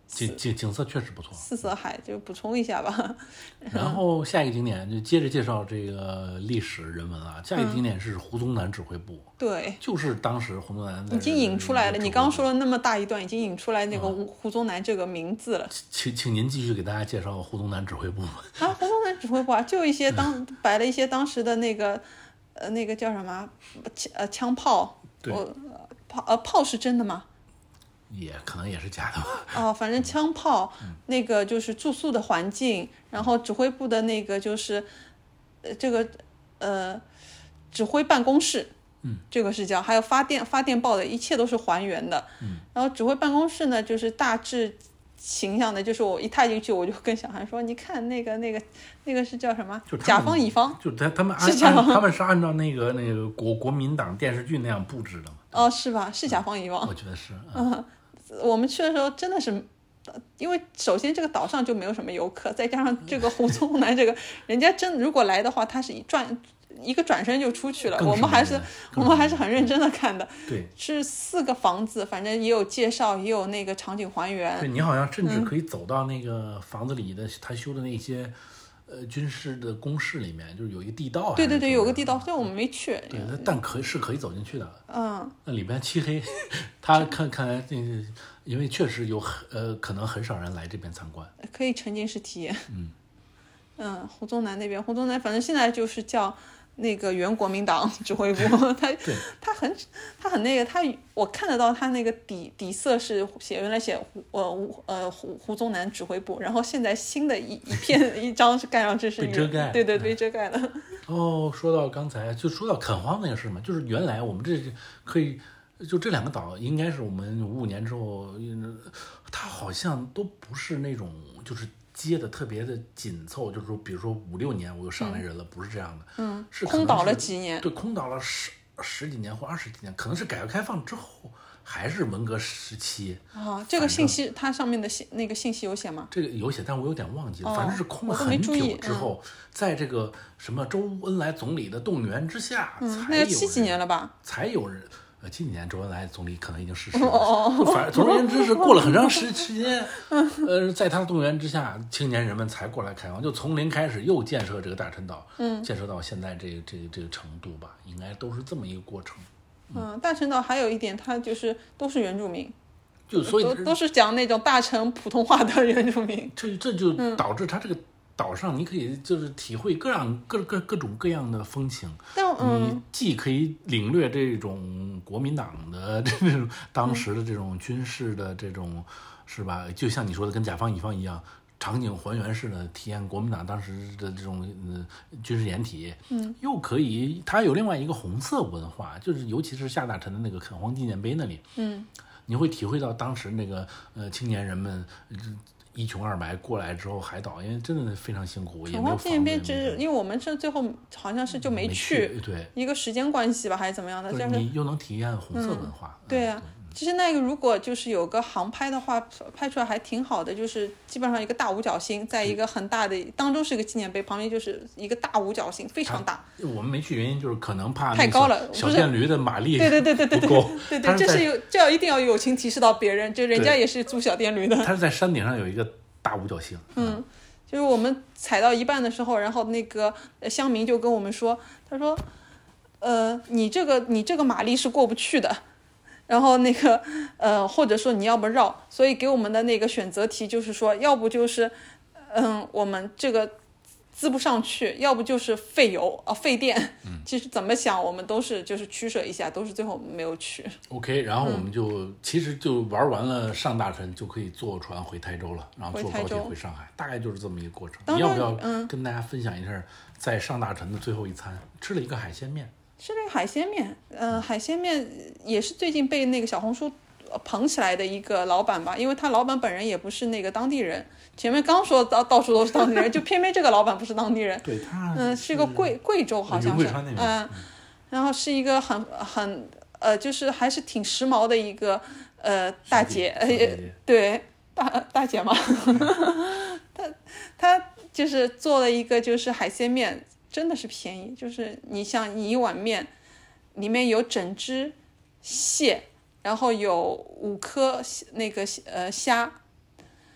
景景景色确实不错。 四色海就补充一下吧。 然后下一个景点就接着介绍这个历史人文了。下一个景点是胡宗南指挥部， 对， 就是当时胡宗南已经引出来了。你刚刚说了那么大一段，已经引出来那个胡宗南这个名字了。 请请您继续给大家介绍胡宗南指挥部。 啊，胡宗南指挥部啊，就一些当摆了一些当时的那个呃那个叫什么呃枪炮， 对， 呃炮呃炮是真的吗？ 也可能也是假的吧。 哦，反正枪炮、嗯、那个就是住宿的环境，然后指挥部的那个就是呃这个呃指挥办公室， 嗯， 这个是叫，还有发电发电报的一切都是还原的。 嗯， 然后指挥办公室呢，就是大致形象的，就是我一踏进去，我就跟小韩说，你看那个那个那个是叫什么？甲方乙方， 就他他们按按他们是按照那个那个国国民党电视剧那样布置的嘛。 哦，是吧？是甲方乙方。 我觉得是。 嗯。嗯，我们去的时候真的是，因为首先这个岛上就没有什么游客，再加上这个胡宗南这个人家真如果来的话，他是一转一个转身就出去了。我们还是我们还是很认真的看的。 对， 是四个房子，反正也有介绍，也有那个场景还原。 对，你好像甚至可以走到那个房子里的、嗯、他修的那些。呃，军事的工事里面就是有一个地道， 对对对，有个地道，虽然我们没去， 对，但可以是可以走进去的。 嗯， 那里边漆黑，他看看来那个，因为确实有很呃，可能很少人来这边参观， 可以沉浸式体验。 嗯嗯，胡宗南那边，胡宗南反正现在就是叫那个原国民党指挥部，他他很他很那个，他我看得到他那个底底色是写原来写胡呃呃胡胡宗南指挥部，然后现在新的一一片一张是盖上去是被遮盖， 对对被遮盖了。 哦，说到刚才就说到垦荒那个事嘛，就是原来我们这可以就这两个岛应该是我们五五年之后，它好像都不是那种就是接的特别的紧凑，就是说比如说五六年我又上来人了，嗯、不是这样的， 嗯， 是空岛了几年， 对，空岛了十十几年或二十几年，可能是改革开放之后。还是文革时期啊，这个信息它上面的信那个信息有写吗？ 这个有写，但我有点忘记了。 哦、 反正是空了很久之后， 嗯、 在这个什么周恩来总理的动员之下， 嗯、 才有那七几年了吧？ 才有人呃，七几年周恩来总理可能已经逝世了。哦、反正总而言之是过了很长时时间，呃，在他的动员之下，青年人们才过来开荒，就从零开始又建设这个大陈岛， 嗯， 建设到现在这个这个这个程度吧，应该都是这么一个过程。 嗯，大陈岛还有一点，它就是都是原住民， 就所以都都是讲那种大陈普通话的原住民。 这这就导致它这个岛上，你可以就是体会各样各各各种各样的风情。 但嗯， 你既可以领略这种国民党的这种当时的这种军事的这种，嗯、是吧？就像你说的，跟甲方乙方一样。场景还原式的体验国民党当时的这种呃军事掩体， 嗯， 又可以，它有另外一个红色文化，就是尤其是下大陈的那个垦荒纪念碑那里， 嗯， 你会体会到当时那个呃青年人们一穷二白过来之后海岛，因为真的非常辛苦，也没有纪念碑，只是因为我们这最后好像是就没去， 没去对， 一个时间关系吧，还是怎么样的？就是你又能体验红色文化， 嗯、对啊。其实那个如果就是有个航拍的话，拍出来还挺好的，就是基本上一个大五角星，在一个很大的当中是个纪念碑，旁边就是一个大五角星，非常大。 我们没去原因就是可能怕太高了， 小电驴的马力对对对对对对不够， 对对，这是有这要一定要友情提示到别人，就人家也是租小电驴的。 他是在山顶上有一个大五角星。 嗯，就是我们踩到一半的时候，然后那个乡民就跟我们说，他说，呃，你这个你这个马力是过不去的。然后那个呃，或者说你要不绕，所以给我们的那个选择题就是说，要不就是嗯，我们这个滋不上去，要不就是费油啊费电。 嗯， 其实怎么想，我们都是就是取舍一下，都是最后没有去。 OK， 然后我们就、嗯、其实就玩完了上大陈，就可以坐船回台州了，然后坐高铁回上海，大概就是这么一个过程。你要不要跟大家分享一下，在上大陈的最后一餐，吃了一个海鲜面。 是那个海鲜面，呃，海鲜面也是最近被那个小红书捧起来的一个老板吧，因为他老板本人也不是那个当地人。前面刚说到到处都是当地人，就偏偏这个老板不是当地人。 对他， 嗯、呃，是个贵贵州好像是，嗯、呃，然后是一个很很呃，就是还是挺时髦的一个呃大姐，呃，对大大姐嘛，他他就是做了一个就是海鲜面。真的是便宜，就是你像你一碗面，里面有整只蟹，然后有五颗那个呃虾，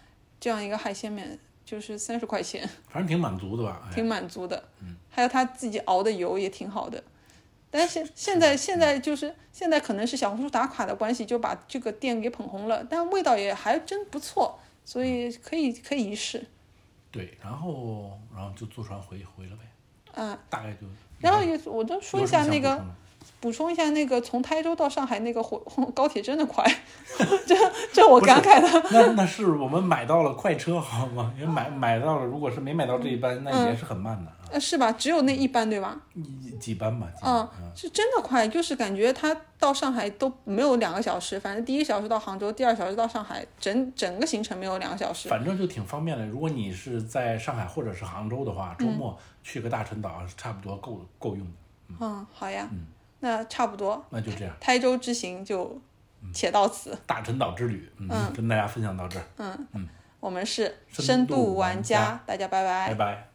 这样一个海鲜面就是三十块钱， 反正挺满足的吧？哎、 挺满足的。嗯，还有他自己熬的油也挺好的。但是现在现在就是现在可能是小红书打卡的关系，就把这个店给捧红了，但味道也还真不错，所以可以可以一试。 对，然后然后就坐船回回了呗。 嗯， 大概就。 然后也我就说一下那个。补充一下，那个从台州到上海那个火高铁真的快，这这我感慨的。 那那是我们买到了快车好吗？因为买买到了，如果是没买到这一班，那也是很慢的。 呃、嗯，是吧？只有那一班对吧？ 几班吧。 嗯，是真的快，就是感觉它到上海都没有两个小时，反正第一个小时到杭州，第二小时到上海，整整个行程没有两个小时。 反正就挺方便的。如果你是在上海或者是杭州的话，周末去个大陈岛差不多够够用的。 嗯，嗯好呀。嗯。那差不多， 那就这样。 台州之行就且到此。 嗯、大陈岛之旅，嗯，嗯跟大家分享到这儿。 嗯嗯，我们是深度玩家，大家拜拜。 拜拜。